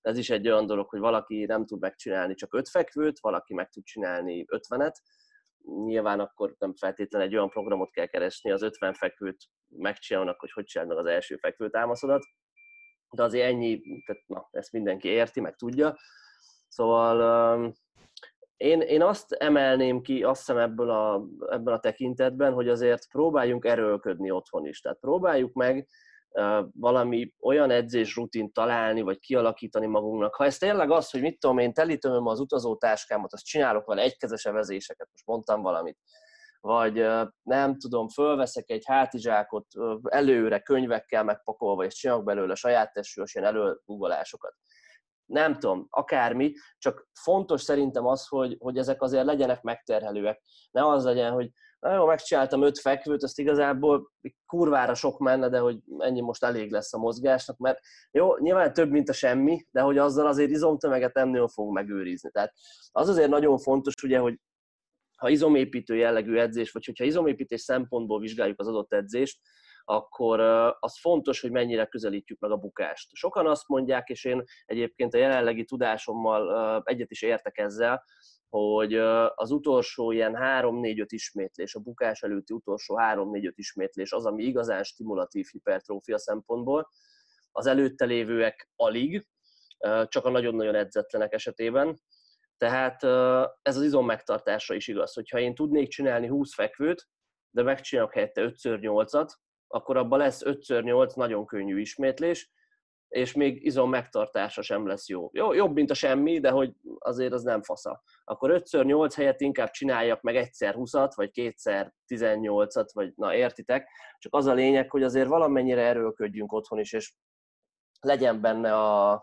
Ez is egy olyan dolog, hogy valaki nem tud megcsinálni csak 5 fekvőt, valaki meg tud csinálni 50-et. Nyilván akkor nem feltétlenül egy olyan programot kell keresni az 50 fekvőt megcsinálnak, hogy csináld meg az első fekvőtámaszodat. De azért ennyi, tehát na, ezt mindenki érti, meg tudja. Szóval én azt emelném ki, azt hiszem ebben a tekintetben, hogy azért próbáljunk erőlködni otthon is. Tehát próbáljuk meg valami olyan edzésrutint találni, vagy kialakítani magunknak. Ha ez tényleg az, hogy mit tudom én, telítöm az utazótáskámat, azt csinálok vele egykezes evezéseket, most mondtam valamit, vagy nem tudom, fölveszek egy hátizsákot előre könyvekkel megpakolva, és csinálok belőle saját testsúlyos ilyen előgugolásokat. Nem tudom, akármi, csak fontos szerintem az, hogy ezek azért legyenek megterhelőek. Ne az legyen, hogy na jó, megcsináltam 5 fekvőt, azt igazából kurvára sok menne, de hogy ennyi most elég lesz a mozgásnak, mert jó, nyilván több, mint a semmi, de hogy azzal azért izomtömeget nem nagyon fogunk megőrizni. Tehát az azért nagyon fontos, ugye, hogy ha izomépítő jellegű edzés, vagy hogyha izomépítés szempontból vizsgáljuk az adott edzést, akkor az fontos, hogy mennyire közelítjük meg a bukást. Sokan azt mondják, és én egyébként a jelenlegi tudásommal egyet is értek ezzel, hogy az utolsó ilyen 3-4-5 ismétlés, a bukás előtti utolsó 3-4-5 ismétlés az, ami igazán stimulatív hipertrófia szempontból. Az előtte lévőek alig, csak a nagyon-nagyon edzetlenek esetében. Tehát ez az izom megtartásra is igaz. Hogyha én tudnék csinálni 20 fekvőt, de megcsinálok helyette 5x8-at, akkor abban lesz 5x8 nagyon könnyű ismétlés, és még izom megtartása sem lesz jó. Jobb, mint a semmi, de hogy azért az nem fasza. Akkor 5x8 helyett inkább csináljak meg 1x20-at, vagy 2x18-at, vagy na értitek. Csak az a lényeg, hogy azért valamennyire erőlködjünk otthon is, és legyen benne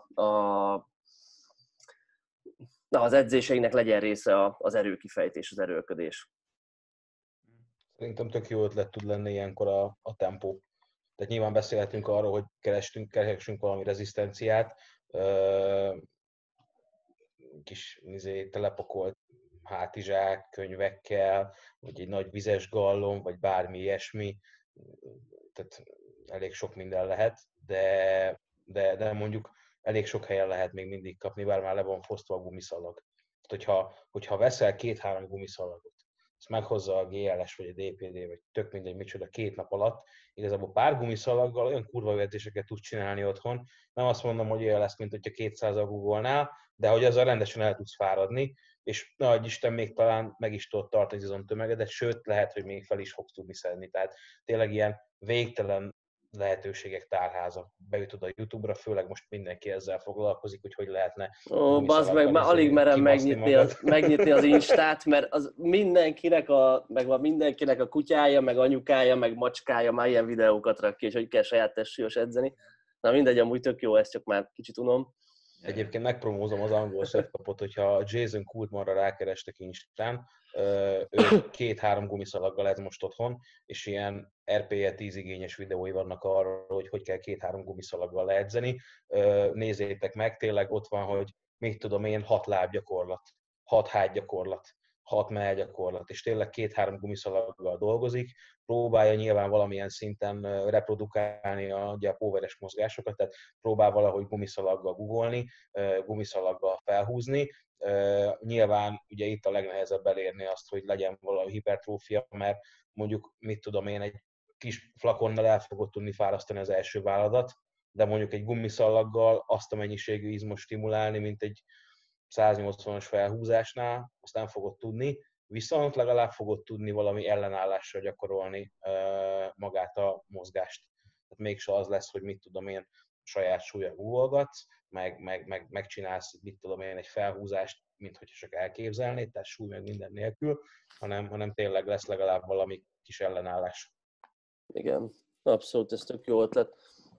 az edzéseinknek legyen része az erőkifejtés, az erőlködés. Szerintem tök jó ötlet tud lenni ilyenkor a tempó. Tehát nyilván beszélhetünk arról, hogy keresünk valami rezisztenciát, kis telepakolt hátizsák, könyvekkel, vagy egy nagy vizes gallon, vagy bármi ilyesmi. Tehát elég sok minden lehet, de mondjuk elég sok helyen lehet még mindig kapni, bár már le van fosztva a gumiszalag. Tehát, hogyha veszel 2-3 gumiszalagot, ezt meghozza a GLS, vagy a DPD, vagy tök mindegy, micsoda 2 nap alatt, igazából pár gumiszalaggal olyan kurva edzéseket tudsz csinálni otthon. Nem azt mondom, hogy olyan lesz, mint hogyha 200-al googolnál, de hogy azzal rendesen el tudsz fáradni, és nagy Isten még talán meg is tudod tartani az izomtömegedet, sőt, lehet, hogy még fel is fogsz tudni szedni. Tehát tényleg ilyen végtelen lehetőségek tárháza. Beütöd a YouTube-ra, főleg most mindenki ezzel foglalkozik, hogy lehetne... Ó, bazd meg, már alig merem megnyitni az Instát, mert az mindenkinek a kutyája, meg anyukája, meg macskája már ilyen videókat rak ki, és hogy kell saját testsúlyos edzeni. Na mindegy, amúgy tök jó, ezt csak már kicsit unom. Egyébként megpromózom az angol setupot, hogyha Jason Kultmanra rákerestek Instán, ő 2-3 gumiszalaggal ez most otthon, és ilyen RPE 10 igényes videói vannak arról, hogy kell 2-3 gumiszalaggal leedzeni. Nézzétek meg, tényleg ott van, hogy mit tudom én, 6 lábgyakorlat, 6 hátgyakorlat, 6 mellgyakorlat, és tényleg 2-3 gumiszalaggal dolgozik, próbálja nyilván valamilyen szinten reprodukálni a poweres mozgásokat, tehát próbál valahogy gumiszalaggal googolni, gumiszalaggal felhúzni. Nyilván ugye itt a legnehezebb elérni azt, hogy legyen valami hipertrófia, mert mondjuk, mit tudom én, egy kis flakonnal el fogod tudni fárasztani az első válladat, de mondjuk egy gumiszalaggal azt a mennyiségű izmot stimulálni, mint egy 180-as felhúzásnál, azt nem fogod tudni, viszont legalább fogod tudni valami ellenállásra gyakorolni magát a mozgást. Tehát mégse az lesz, hogy mit tudom én, saját súlya googolgatsz, megcsinálsz, mit tudom én, egy felhúzást, mint hogyha csak elképzelnéd, tehát súly meg minden nélkül, hanem tényleg lesz legalább valami kis ellenállás. Igen, abszolút, ez tök jó ötlet.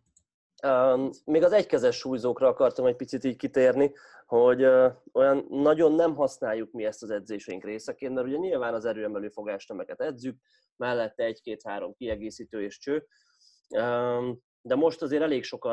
Még az egykezes súlyzókra akartam egy picit így kitérni, hogy olyan nagyon nem használjuk mi ezt az edzéseink részeként, mert ugye nyilván az erőemelő fogástömeket edzük, mellette 1-2-3 kiegészítő és cső, de most azért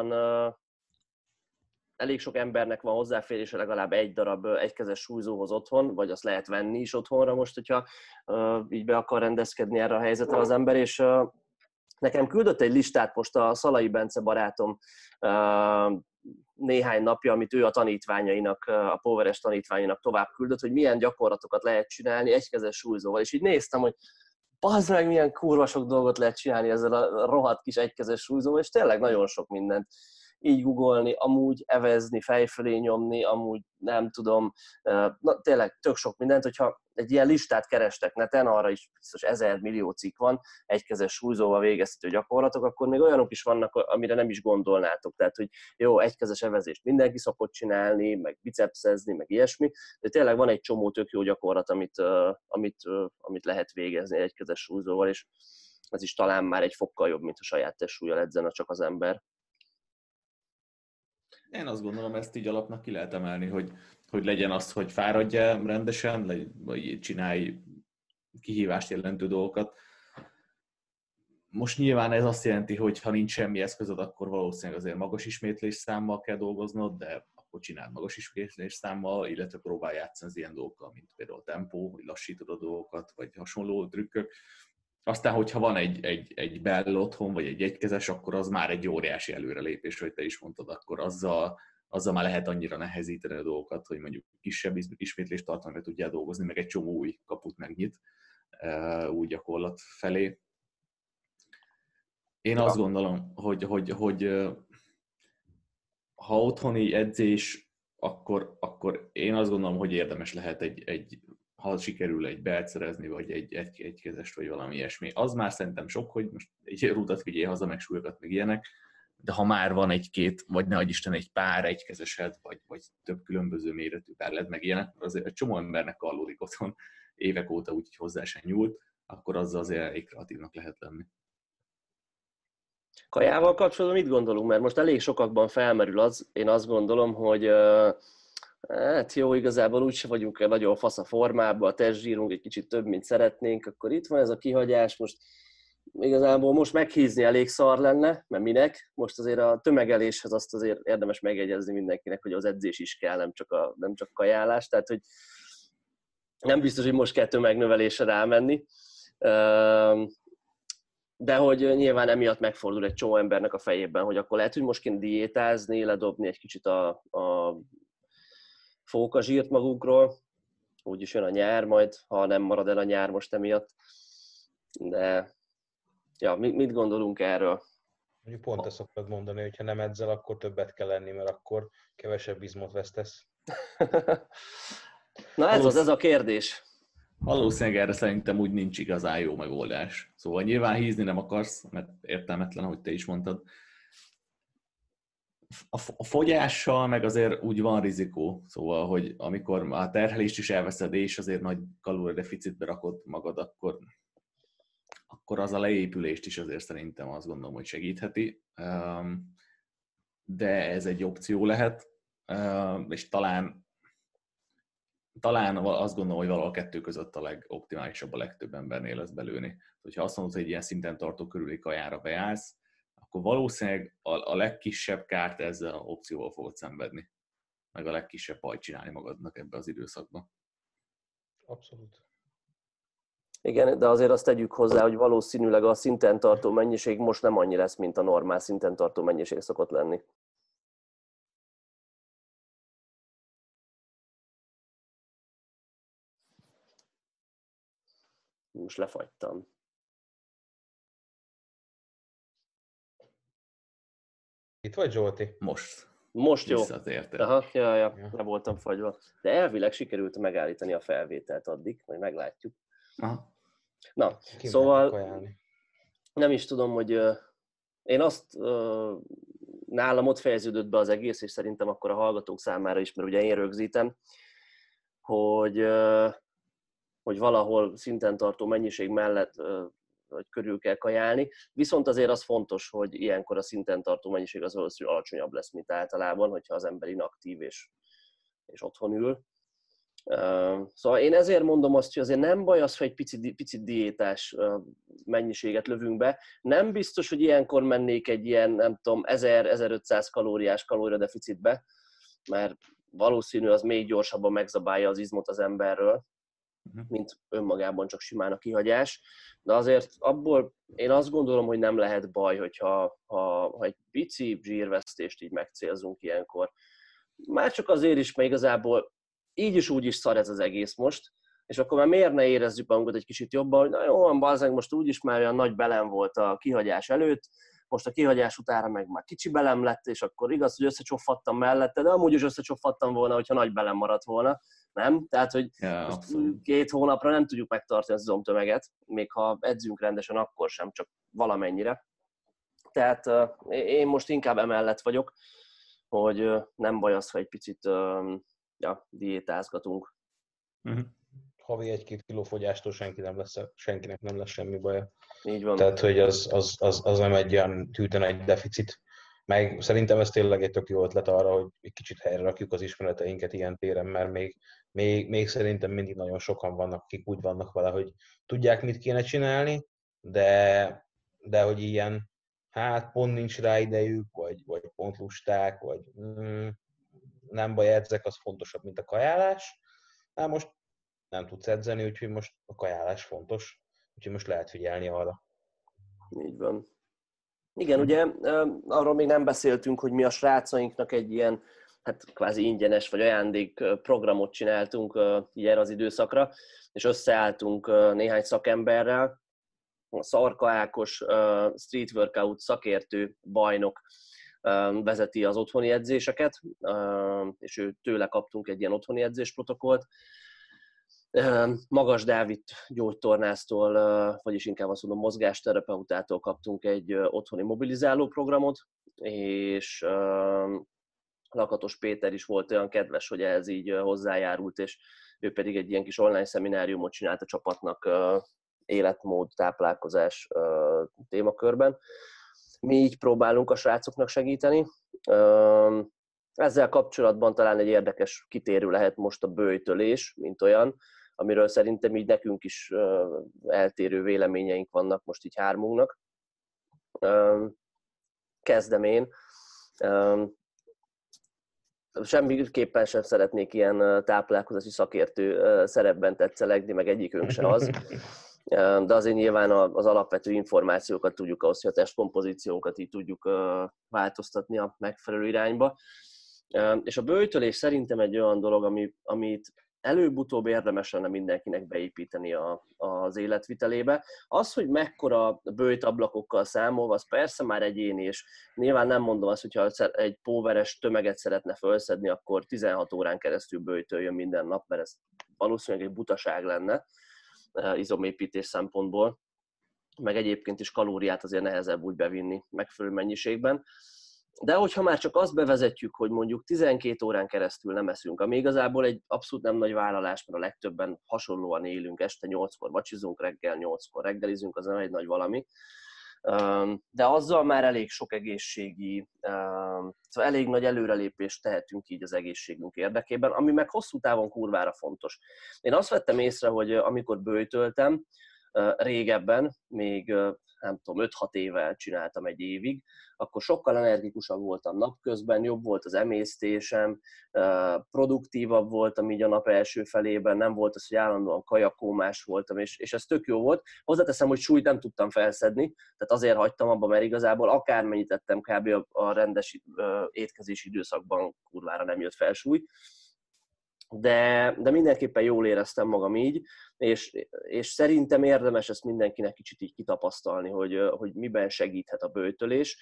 elég sok embernek van hozzáférése legalább egy darab egykezes súlyzóhoz otthon, vagy azt lehet venni is otthonra most, hogyha így be akar rendezkedni erre a helyzetre az ember, és Nekem küldött egy listát most a Szalai Bence barátom néhány napja, amit ő a tanítványainak, a Poweres tanítványainak tovább küldött, hogy milyen gyakorlatokat lehet csinálni egykezes súlyzóval. És így néztem, hogy bazd meg, milyen kurva sok dolgot lehet csinálni ezzel a rohadt kis egykezes súlyzóval, és tényleg nagyon sok mindent. Így googolni, amúgy evezni, fejfölé nyomni, amúgy nem tudom, na, tényleg tök sok mindent, hogyha egy ilyen listát kerestek neten, arra is biztos 1000 millió cikk van, egykezes súlyzóval végezhető gyakorlatok, akkor még olyanok is vannak, amire nem is gondolnátok. Tehát, hogy jó, egykezes evezést mindenki szokott csinálni, meg bicepszezni, meg ilyesmi, de tényleg van egy csomó tök jó gyakorlat, amit lehet végezni egykezes súlyzóval, és ez is talán már egy fokkal jobb, mint a saját testsúllyal edzene csak az ember. Én azt gondolom, ezt így alapnak ki lehet emelni, hogy legyen az, hogy fáradjál rendesen, vagy csinálj kihívást jelentő dolgokat. Most nyilván ez azt jelenti, hogy ha nincs semmi eszközöd, akkor valószínűleg azért magas ismétlés számmal kell dolgoznod, de akkor csináld magas ismétlés számmal, illetve próbálj játszani az ilyen dolgokkal, mint például tempó, hogy lassítod a dolgokat, vagy hasonló trükkök. Aztán, hogyha van egy bell otthon, vagy egy egykezes, akkor az már egy óriási előrelépés, hogy te is mondtad, akkor azzal már lehet annyira nehezíteni a dolgokat, hogy mondjuk kisebb ismétlés tartalomra tudjál dolgozni, meg egy csomó új kaput megnyit új gyakorlat felé. Én azt gondolom, hogy ha otthoni edzés, akkor én azt gondolom, hogy érdemes lehet ha sikerül egy belt szerezni, vagy egy kezest, vagy valami ilyesmi. Az már szerintem sok, hogy most egy rudat vigyél haza, meg súlyokat, meg ilyenek, de ha már van egy-két, vagy nehogy Isten egy pár egykezesed, vagy több különböző méretű belled, meg ilyenek, azért egy csomó embernek kallódik otthon évek óta, úgyhogy hozzá sem nyúlt, akkor azzal azért elég kreatívnak lehet lenni. Kajával kapcsolatban mit gondolunk? Mert most elég sokakban felmerül az, én azt gondolom, hogy hát jó, igazából úgyse vagyunk nagyon fasz a formában, a testzsírunk egy kicsit több, mint szeretnénk, akkor itt van ez a kihagyás, most igazából most meghízni elég szar lenne, mert minek? Most azért a tömegeléshez azt azért érdemes megjegyezni mindenkinek, hogy az edzés is kell, nem csak kajálás, tehát hogy nem biztos, hogy most kell tömegnövelésre rámenni, de hogy nyilván emiatt megfordul egy csomó embernek a fejében, hogy akkor lehet, hogy most kéne diétázni, ledobni egy kicsit a fókazsírt magunkról, úgyis jön a nyár majd, ha nem marad el a nyár most emiatt. De ja, mit gondolunk erről? Mondjuk pont ezt szoktad mondani, hogy ha nem edzel, akkor többet kell lenni, mert akkor kevesebb izmot vesztesz. Na ez a kérdés. Valószínűleg erre szerintem úgy nincs igazán jó megoldás. Szóval nyilván hízni nem akarsz, mert értelmetlen, ahogy te is mondtad. A fogyással meg azért úgy van rizikó, szóval, hogy amikor a terhelést is elveszed, és azért nagy kalóriadeficitbe rakod magad, akkor az a leépülést is azért szerintem azt gondolom, hogy segítheti. De ez egy opció lehet, és talán azt gondolom, hogy valahol a kettő között a legoptimálisabb a legtöbb embernél lesz belőni. Ha azt mondod, hogy egy ilyen szinten tartó körüli kajára beállsz, akkor valószínűleg a legkisebb kárt ezzel a opcióval fogod szenvedni. Meg a legkisebb bajt csinálni magadnak ebbe az időszakban. Abszolút. Igen, de azért azt tegyük hozzá, hogy valószínűleg a szinten tartó mennyiség most nem annyi lesz, mint a normál szinten tartó mennyiség szokott lenni. Most lefagytam. Itt vagy, Zsolti? Most jó. Visszatértem. Aha, ja, le voltam fagyva. De elvileg sikerült megállítani a felvételt addig, majd meglátjuk. Aha. Na, szóval nem is tudom, hogy én nálam ott fejeződött be az egész, és szerintem akkor a hallgatók számára is, mert ugye én rögzítem, hogy valahol szinten tartó mennyiség mellett vagy körül kell kajálni. Viszont azért az fontos, hogy ilyenkor a szinten tartó mennyiség az valószínűleg alacsonyabb lesz, mint általában, hogyha az ember inaktív és otthon ül. Szóval én ezért mondom azt, hogy azért nem baj az, hogy egy picit diétás mennyiséget lövünk be. Nem biztos, hogy ilyenkor mennék egy ilyen, nem tudom, 1000-1500 kalóriás kalóriadeficitbe, mert valószínű az még gyorsabban megzabálja az izmot az emberről. mint önmagában csak simán a kihagyás. De azért abból én azt gondolom, hogy nem lehet baj, hogyha egy pici zsírvesztést így megcélzunk ilyenkor. Már csak azért is, mert igazából így is úgy is szar ez az egész most, és akkor már miért ne érezzük magunkat egy kicsit jobban, hogy na jó, van bazzeg, most úgyis már olyan nagy belem volt a kihagyás előtt, most a kihagyás utára meg már kicsi belem lett, és akkor igaz, hogy összecsoffattam mellette, de amúgy is összecsoffattam volna, hogyha nagy belem maradt volna, nem? Tehát, hogy most 2 hónapra nem tudjuk megtartani az izomtömeget, még ha edzünk rendesen, akkor sem, csak valamennyire. Tehát én most inkább emellett vagyok, hogy nem baj az, ha egy picit diétázgatunk. Havi 1-2 kiló fogyástól senkinek nem lesz semmi baja. Így van. Tehát, hogy az nem egy olyan tűten egy deficit. Meg szerintem ez tényleg egy tök jó ötlet arra, hogy egy kicsit helyre rakjuk az ismereteinket ilyen téren, mert még szerintem mindig nagyon sokan vannak, akik úgy vannak vele, hogy tudják, mit kéne csinálni, de hogy ilyen, hát pont nincs rá idejük, vagy pont lusták, vagy nem baj, edzek, az fontosabb, mint a kajálás. Hát most nem tudsz edzeni, úgyhogy most a kajálás fontos, úgyhogy most lehet figyelni arra. Így van. Igen, ugye arról még nem beszéltünk, hogy mi a srácainknak egy ilyen, hát kvázi ingyenes vagy ajándék programot csináltunk így erre az időszakra, és összeálltunk néhány szakemberrel. A Szarka Ákos street workout szakértő bajnok vezeti az otthoni edzéseket, és tőle kaptunk egy ilyen otthoni edzésprotokollt. Magas Dávid gyógytornásztól, vagyis inkább azt mondom mozgásterapeutától kaptunk egy otthoni mobilizáló programot, és Lakatos Péter is volt olyan kedves, hogy ehhez így hozzájárult, és ő pedig egy ilyen kis online szemináriumot csinált a csapatnak életmód, táplálkozás témakörben. Mi így próbálunk a srácoknak segíteni. Ezzel kapcsolatban talán egy érdekes kitérő lehet most a böjtölés, mint olyan, amiről szerintem így nekünk is eltérő véleményeink vannak most így hármunknak. Kezdem én. Semmiképpen sem szeretnék ilyen táplálkozási szakértő szerepben tetszelegni, meg egyikünk se az. De azért nyilván az alapvető információkat tudjuk ahhoz, hogy a testkompozíciónkat így tudjuk változtatni a megfelelő irányba. És a böjtölés szerintem egy olyan dolog, amit előbb-utóbb érdemes lenne mindenkinek beépíteni az életvitelébe. Az, hogy mekkora böjtablakokkal számol, az persze már egyéni, és nyilván nem mondom azt, hogyha egy póveres tömeget szeretne felszedni, akkor 16 órán keresztül böjtöljön minden nap, mert ez valószínűleg egy butaság lenne izomépítés szempontból, meg egyébként is kalóriát azért nehezebb úgy bevinni megfelelő mennyiségben. De hogyha már csak azt bevezetjük, hogy mondjuk 12 órán keresztül nem eszünk, ami igazából egy abszolút nem nagy vállalás, mert a legtöbben hasonlóan élünk, este 8-kor vacsizunk, reggel 8-kor reggelizünk, az nem egy nagy valami. De azzal már elég sok egészségi, szóval elég nagy előrelépést tehetünk így az egészségünk érdekében, ami meg hosszú távon kurvára fontos. Én azt vettem észre, hogy amikor böjtöltem, régebben, még nem tudom, 5-6 éve csináltam egy évig, akkor sokkal energikusabb voltam napközben, jobb volt az emésztésem, produktívabb voltam így a nap első felében, nem volt az, hogy állandóan kajakómás voltam, és ez tök jó volt. Hozzáteszem, hogy súlyt nem tudtam felszedni, tehát azért hagytam abba, mert igazából akármennyit ettem kb. A rendes étkezési időszakban kurvára nem jött fel súly. De mindenképpen jól éreztem magam így, és szerintem érdemes ezt mindenkinek kicsit így kitapasztalni, hogy miben segíthet a böjtölés.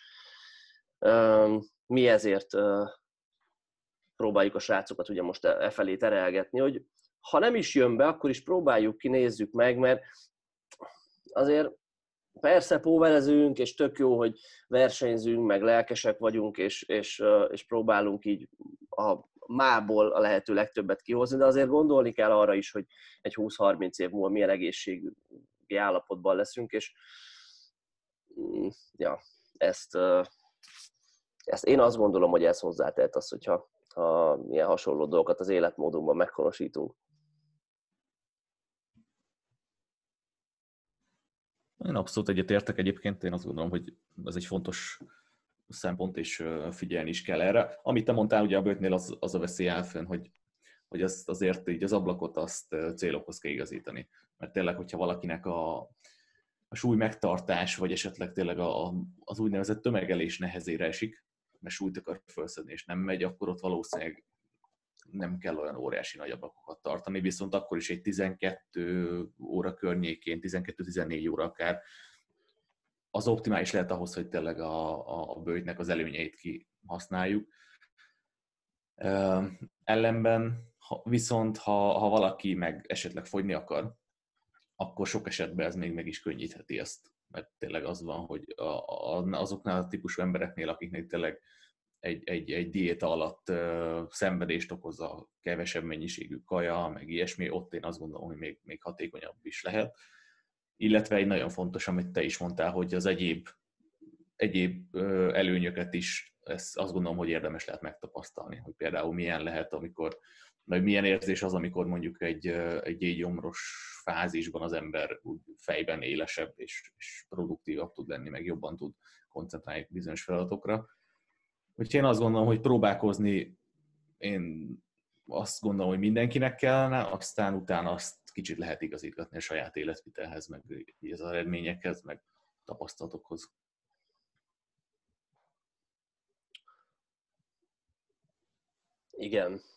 Mi ezért próbáljuk a srácokat ugye most felé terelgetni, hogy ha nem is jön be, akkor is próbáljuk ki, nézzük meg, mert azért persze póverezünk, és tök jó, hogy versenyzünk, meg lelkesek vagyunk, és próbálunk így a mából a lehető legtöbbet kihozni, de azért gondolni kell arra is, hogy egy 20-30 év múlva milyen egészségi állapotban leszünk, és ja, ezt én azt gondolom, hogy ez hozzátehet az, hogyha ilyen hasonló dolgokat az életmódunkban meghonosítunk. Én abszolút egyetértek egyébként, én azt gondolom, hogy ez egy fontos szempont, és figyelni is kell erre. Amit te mondtál, ugye a böjtnél az a veszély áll fenn, hogy hogy azért így az ablakot azt célokhoz kell igazítani. Mert tényleg, hogyha valakinek a súly megtartás, vagy esetleg tényleg az úgynevezett tömegelés nehezére esik, mert súlyt akar felszedni és nem megy, akkor ott valószínűleg nem kell olyan óriási nagy ablakokat tartani, viszont akkor is egy 12 óra környékén, 12-14 óra akár, az optimális lehet ahhoz, hogy tényleg a bőjtnek az előnyeit kihasználjuk. Ellenben viszont, ha valaki meg esetleg fogyni akar, akkor sok esetben ez még meg is könnyítheti ezt. Mert tényleg az van, hogy azoknál a típusú embereknél, akiknek tényleg egy diéta alatt szenvedést okoz a kevesebb mennyiségű kaja, meg ilyesmi, ott én azt gondolom, hogy még hatékonyabb is lehet. Illetve egy nagyon fontos, amit te is mondtál, hogy az egyéb előnyöket is azt gondolom, hogy érdemes lehet megtapasztalni, hogy például milyen érzés az, amikor mondjuk egy gyomros fázisban az ember úgy fejben élesebb és produktívabb tud lenni, meg jobban tud koncentrálni bizonyos feladatokra. Úgyhogy én azt gondolom, hogy próbálkozni, én azt gondolom, hogy mindenkinek kellene, aztán utána azt kicsit lehet igazítgatni a saját életvitelhez, meg az eredményekhez, meg tapasztalatokhoz. Igen.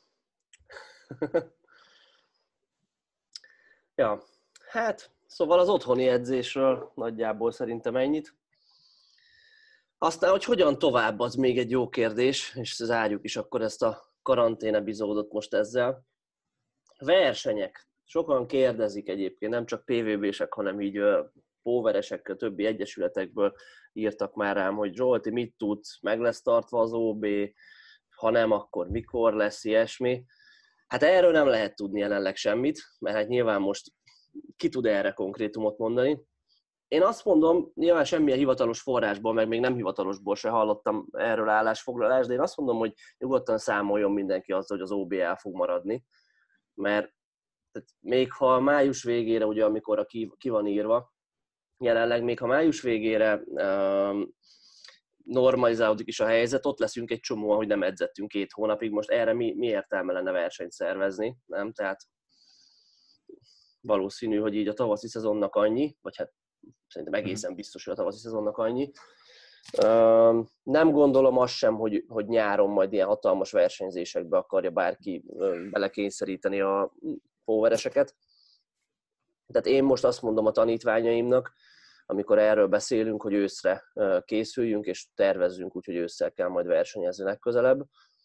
Ja, hát szóval az otthoni edzésről nagyjából szerintem ennyit. Aztán, hogy hogyan tovább, az még egy jó kérdés, és zárjuk is akkor ezt a karantén epizódot most ezzel. Versenyek. Sokan kérdezik egyébként, nem csak PVB-sek, hanem így póveresek, többi egyesületekből írtak már rám, hogy Zsolti, mit tudsz, meg lesz tartva az OB, ha nem, akkor mikor lesz ilyesmi. Hát erről nem lehet tudni jelenleg semmit, mert hát nyilván most ki tud erre konkrétumot mondani. Én azt mondom, nyilván semmilyen hivatalos forrásból, meg még nem hivatalosból se hallottam erről állásfoglalást, de én azt mondom, hogy nyugodtan számoljon mindenki azzal, hogy az OB el fog maradni. Mert még ha május végére, ugye amikor ki van írva, jelenleg még ha május végére normalizálódik is a helyzet, ott leszünk egy csomóan, hogy nem edzettünk 2 hónapig. Most erre mi értelme lenne versenyt szervezni, nem? Tehát valószínű, hogy így a tavaszi szezonnak annyi, vagy hát szerintem egészen biztos, hogy a tavaszi szezonnak annyi. Nem gondolom azt sem, hogy nyáron majd ilyen hatalmas versenyzésekbe akarja bárki belekényszeríteni a póvereseket. Tehát én most azt mondom a tanítványaimnak, amikor erről beszélünk, hogy őszre készüljünk, és tervezzünk úgy, hogy ősszel kell majd versenyezni legközelebb.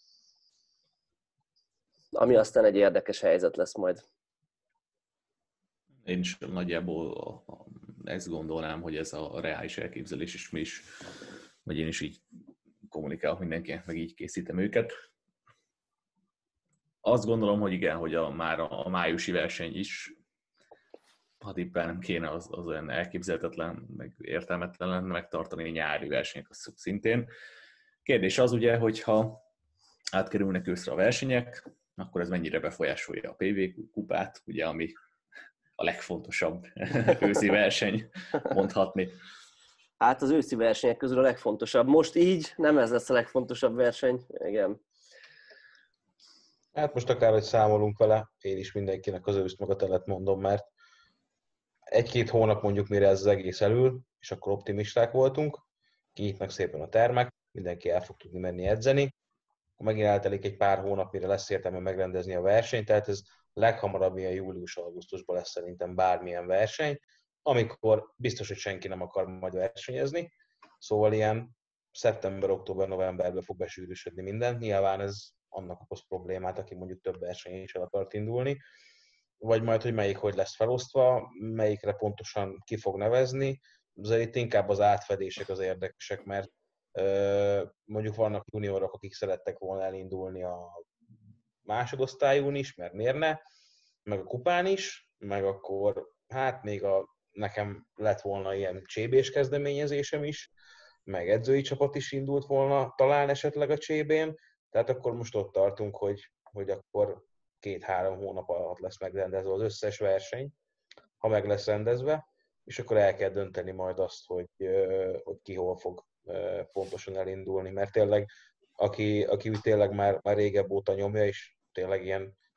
Ami aztán egy érdekes helyzet lesz majd. Én is nagyjából ezt gondolnám, hogy ez a reális elképzelés, és mi is, vagy én is így kommunikálok mindenkinek, meg így készítem őket. Azt gondolom, hogy igen, hogy már a májusi verseny is, ha éppen nem kéne, az olyan elképzelhetetlen, meg értelmetlen lenne megtartani a nyári versenyek szintén. Kérdés az ugye, hogyha átkerülnek őszre a versenyek, akkor ez mennyire befolyásolja a PV kupát, ugye, ami a legfontosabb őszi verseny, mondhatni. Hát az őszi versenyek közül a legfontosabb. Most így nem ez lesz a legfontosabb verseny, igen. Hát most akár, hogy számolunk vele, én is mindenkinek az őszt maga telet mondom, mert 1-2 hónap mondjuk, mire ez az egész elül, és akkor optimisták voltunk, kinyitnak szépen a termek, mindenki el fog tudni menni edzeni, akkor megint eltelik egy pár hónap, mire lesz értelme megrendezni a versenyt, tehát ez leghamarabb ilyen július-augusztusban lesz szerintem bármilyen verseny, amikor biztos, hogy senki nem akar majd versenyezni, szóval ilyen szeptember, október, novemberben fog besűrűsödni minden, nyilván ez annak okoz problémát, aki mondjuk több versenyen is el akart indulni, vagy majd, hogy melyik hogy lesz felosztva, melyikre pontosan ki fog nevezni. Azért itt inkább az átfedések az érdekesek, mert mondjuk vannak juniorok, akik szerettek volna elindulni a másodosztályún is, mert miért ne, meg a kupán is, meg akkor hát még nekem lett volna ilyen CB-s kezdeményezésem is, meg edzői csapat is indult volna talán esetleg a CB-n, tehát akkor most ott tartunk, hogy akkor 2-3 hónap alatt lesz megrendezve az összes verseny, ha meg lesz rendezve, és akkor el kell dönteni majd azt, hogy ki hol fog pontosan elindulni, mert tényleg, aki úgy tényleg már régebb óta nyomja, és tényleg ilyen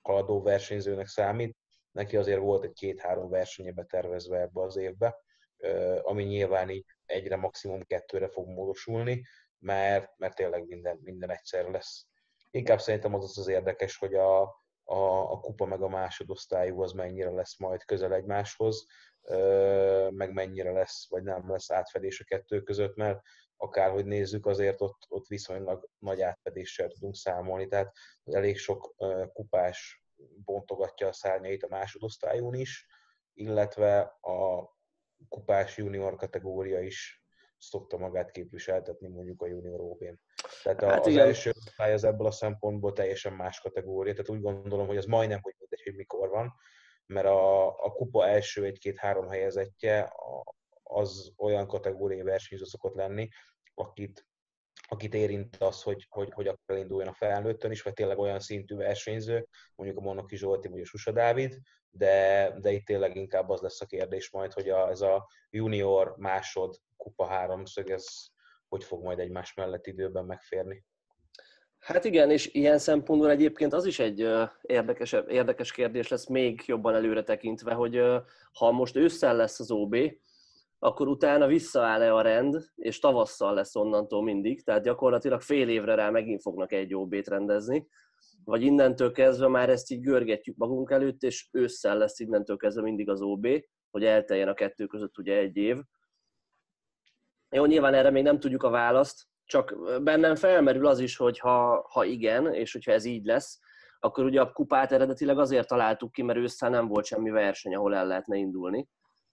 haladó versenyzőnek számít. Neki azért volt egy 2-3 versenybe tervezve ebbe az évbe, ami nyilván így egyre maximum 2-re fog módosulni, mert tényleg minden egyszer lesz. Inkább szerintem az érdekes, hogy a kupa meg a másodosztályú az mennyire lesz majd közel egymáshoz, meg mennyire lesz, vagy nem lesz átfedés a kettő között, mert akárhogy nézzük, azért ott viszonylag nagy átfedéssel tudunk számolni, tehát elég sok kupás bontogatja a szárnyait a másodosztályún is, illetve a kupás junior kategória is szokta magát képviseltetni mondjuk a junior OB-n. Tehát az első osztály az ebből a szempontból teljesen más kategória, tehát úgy gondolom, hogy az majdnem, hogy mindegy, hogy mikor van, mert a kupa első 1-2-3 helyezettje az olyan kategóriai versenyző szokott lenni, akit érint az, hogy akkor elinduljon a felnőttön is, vagy tényleg olyan szintű versenyző, mondjuk a Monoki Zsolti vagy a Susa Dávid, de itt tényleg inkább az lesz a kérdés majd, hogy ez a junior másod kupa háromszög, ez hogy fog majd egymás mellett időben megférni. Hát igen, és ilyen szempontból egyébként az is egy érdekes kérdés lesz még jobban előre tekintve, hogy ha most ősszel lesz az OB, akkor utána visszaáll-e a rend, és tavasszal lesz onnantól mindig, tehát gyakorlatilag fél évre rá megint fognak egy OB-t rendezni, vagy innentől kezdve már ezt így görgetjük magunk előtt, és ősszel lesz innentől kezdve mindig az OB, hogy elteljen a kettő között ugye egy év. Jó, nyilván erre még nem tudjuk a választ, csak bennem felmerül az is, hogy ha igen, és hogyha ez így lesz, akkor ugye a kupát eredetileg azért találtuk ki, mert ősszel nem volt semmi verseny, ahol el lehetne indulni.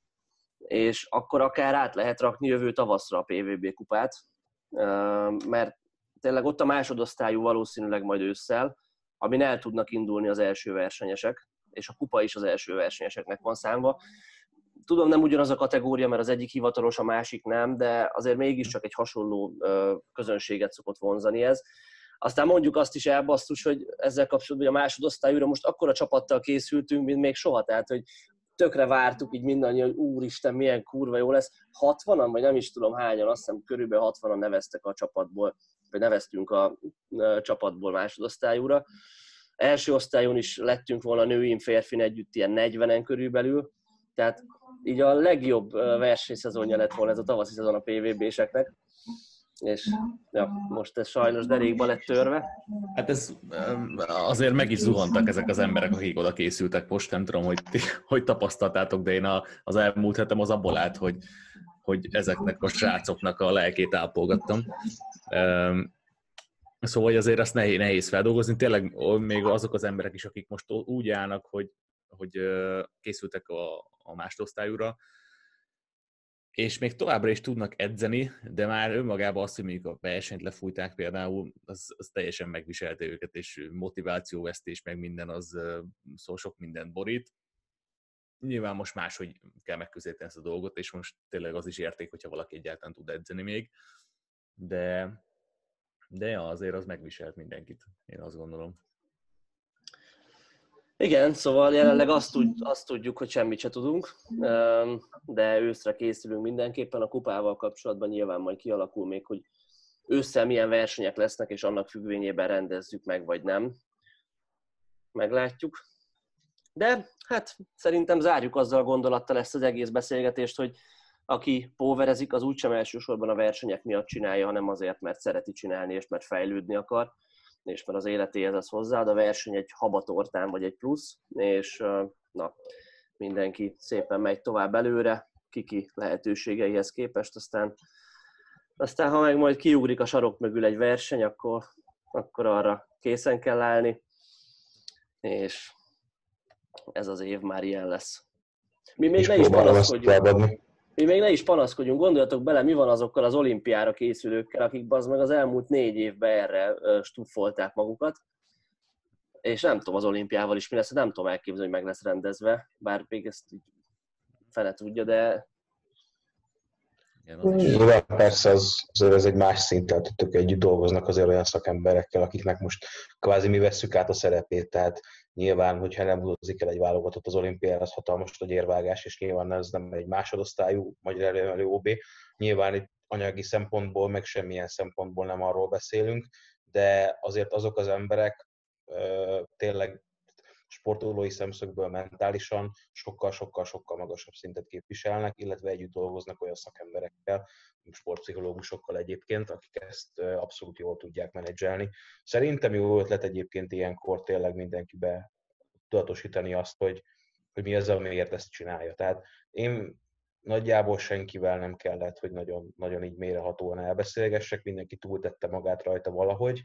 És akkor akár át lehet rakni jövő tavaszra a PVB kupát, mert tényleg ott a másodosztályú valószínűleg majd ősszel, amin el tudnak indulni az első versenyesek, és a kupa is az első versenyeseknek van számva. Tudom, nem ugyanaz a kategória, mert az egyik hivatalos, a másik nem, de azért mégiscsak egy hasonló közönséget szokott vonzani ez. Aztán mondjuk azt is elbasszus, hogy ezzel kapcsolatban a másodosztályúra most akkora csapattal készültünk, mint még soha, tehát hogy tökre vártuk így mindannyian, hogy úristen, milyen kurva jó lesz. 60-an, vagy nem is tudom hányan, azt hiszem körülbelül 60-an neveztek a csapatból, vagy neveztünk a csapatból másodosztályúra. Első osztályon is lettünk volna nőim, férfin együtt ilyen 40-en körülbelül, tehát így a legjobb versenyszezonja lett volna ez a tavaszi szezon a PVB-seknek. És ja, most ez sajnos derékba lett törve. Hát ez azért meg is zuhantak ezek az emberek, akik oda készültek most, nem tudom, hogy tapasztaltátok, de én az elmúlt hetem az abból állt, hogy ezeknek a srácoknak a lelkét ápolgattam. Szóval azért azt nehéz feldolgozni. Tényleg még azok az emberek is, akik most úgy állnak, hogy készültek a másodosztályúra, és még továbbra is tudnak edzeni, de már önmagában azt, hogy mondjuk a versenyt lefújták például, az teljesen megviselte őket, és motivációvesztés, meg minden, az szóval sok mindent borít. Nyilván most máshogy kell megközelíteni ezt a dolgot, és most tényleg az is érték, hogyha valaki egyáltalán tud edzeni még, de ja, azért az megviselt mindenkit, én azt gondolom. Igen, szóval jelenleg azt tudjuk, hogy semmit se tudunk, de őszre készülünk mindenképpen. A kupával kapcsolatban nyilván majd kialakul még, hogy ősszel milyen versenyek lesznek, és annak függvényében rendezzük meg, vagy nem. Meglátjuk. De hát szerintem zárjuk azzal a gondolattal ezt az egész beszélgetést, hogy aki póverezik, az úgysem elsősorban a versenyek miatt csinálja, hanem azért, mert szereti csinálni, és mert fejlődni akar, és mert az életéhez az hozzáad, a verseny egy habatortán vagy egy plusz, és na, mindenki szépen megy tovább előre, kiki lehetőségeihez képest, aztán ha meg majd kiugrik a sarok mögül egy verseny, akkor arra készen kell állni, és ez az év már ilyen lesz. Mi még ne is panaszkodjunk, gondoljatok bele, mi van azokkal az olimpiára készülőkkel, akik az meg az elmúlt 4 évben erre stuffolták magukat, és nem tudom az olimpiával is mi lesz, nem tudom elképzelni, hogy meg lesz rendezve, bár még ezt fele tudja, de... Nyilván persze azért ez egy más szinten, tök együtt dolgoznak azért olyan szakemberekkel, akiknek most kvázi mi vesszük át a szerepét, tehát nyilván, hogyha nem utazik el egy válogatott az olimpiára, az hatalmas nagy érvágás, és nyilván ez nem egy másodosztályú magyar előmelő OB. Nyilván itt anyagi szempontból, meg semmilyen szempontból nem arról beszélünk, de azért azok az emberek tényleg sportolói szemszögből mentálisan sokkal-sokkal magasabb szintet képviselnek, illetve együtt dolgoznak olyan szakemberekkel, sportpszichológusokkal egyébként, akik ezt abszolút jól tudják menedzselni. Szerintem jó ötlet egyébként ilyenkor tényleg mindenkibe tudatosítani azt, hogy mi az, amiért ezt csinálja. Tehát én nagyjából senkivel nem kellett, hogy nagyon, nagyon így mélyrehatóan elbeszélgessek, mindenki túltette magát rajta valahogy,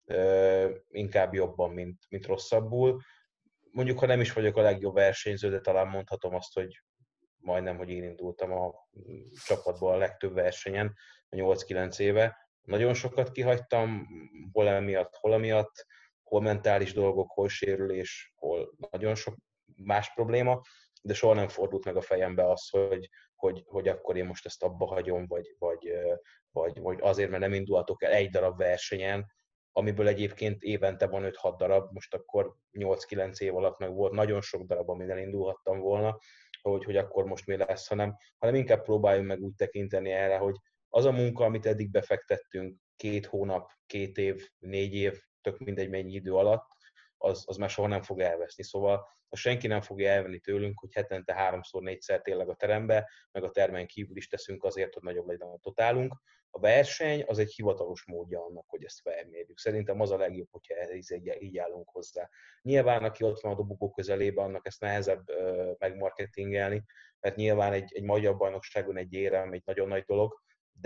inkább jobban, mint rosszabbul. Mondjuk, ha nem is vagyok a legjobb versenyző, de talán mondhatom azt, hogy majdnem, hogy én indultam a csapatból a legtöbb versenyen, a 8-9 éve. Nagyon sokat kihagytam, hol emiatt, hol amiatt, hol mentális dolgok, hol sérülés, hol nagyon sok más probléma, de soha nem fordult meg a fejembe az, hogy akkor én most ezt abba hagyom, vagy azért, mert nem indulhatok el egy darab versenyen, amiből egyébként évente van 5-6 darab, most akkor 8-9 év alatt meg volt nagyon sok darab, amin elindulhattam volna, hogy akkor most mi lesz, hanem inkább próbáljunk meg úgy tekinteni erre, hogy az a munka, amit eddig befektettünk 2 hónap, 2 év, 4 év, tök mindegy mennyi idő alatt, az már soha nem fog elveszni. Szóval senki nem fogja elvenni tőlünk, hogy hetente 3-4-szer tényleg a terembe, meg a termen kívül is teszünk azért, hogy nagyobb legyen a totálunk. A verseny az egy hivatalos módja annak, hogy ezt felmérjük. Szerintem az a legjobb, hogyha így állunk hozzá. Nyilván, aki ott van a dobogó közelében, annak ezt nehezebb megmarketingelni, mert nyilván egy magyar bajnokságon egy érem egy nagyon nagy dolog,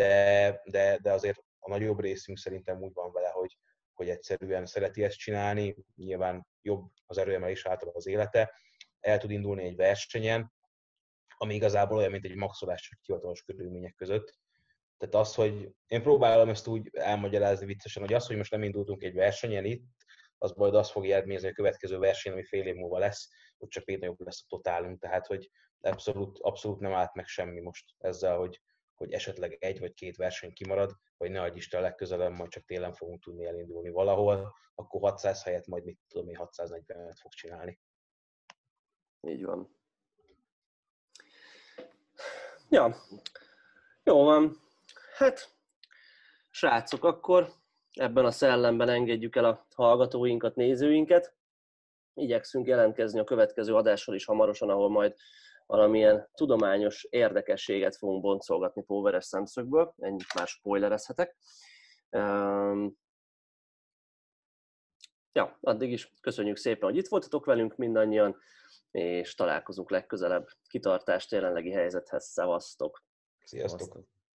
de azért a nagyobb részünk szerintem úgy van vele, hogy egyszerűen szereti ezt csinálni, nyilván jobb az erőemelés által az élete, el tud indulni egy versenyen, ami igazából olyan, mint egy maxolás csak hivatalos körülmények között. Tehát az, hogy én próbálom ezt úgy elmagyarázni viccesen, hogy az, hogy most nem indultunk egy versenyen itt, az majd azt fogja eredményezni a következő verseny, ami fél év múlva lesz, hogy csak még nagyobb lesz a totálunk. Tehát, hogy abszolút nem állt meg semmi most ezzel, hogy esetleg 1 vagy 2 verseny kimarad, vagy ne adj Isten legközelebb, majd csak télen fogunk tudni elindulni valahol, akkor 600 helyett majd mit tudom én 640-et fog csinálni. Így van. Ja, jó van. Hát, srácok, akkor ebben a szellemben engedjük el a hallgatóinkat, nézőinket. Igyekszünk jelentkezni a következő adással is hamarosan, ahol majd valamilyen tudományos érdekességet fogunk boncolgatni póveres szemszögből. Ennyit már spoilerezhetek. Ja, addig is köszönjük szépen, hogy itt voltatok velünk mindannyian, és találkozunk legközelebb. Kitartást jelenlegi helyzethez. Szevasztok! Sziasztok!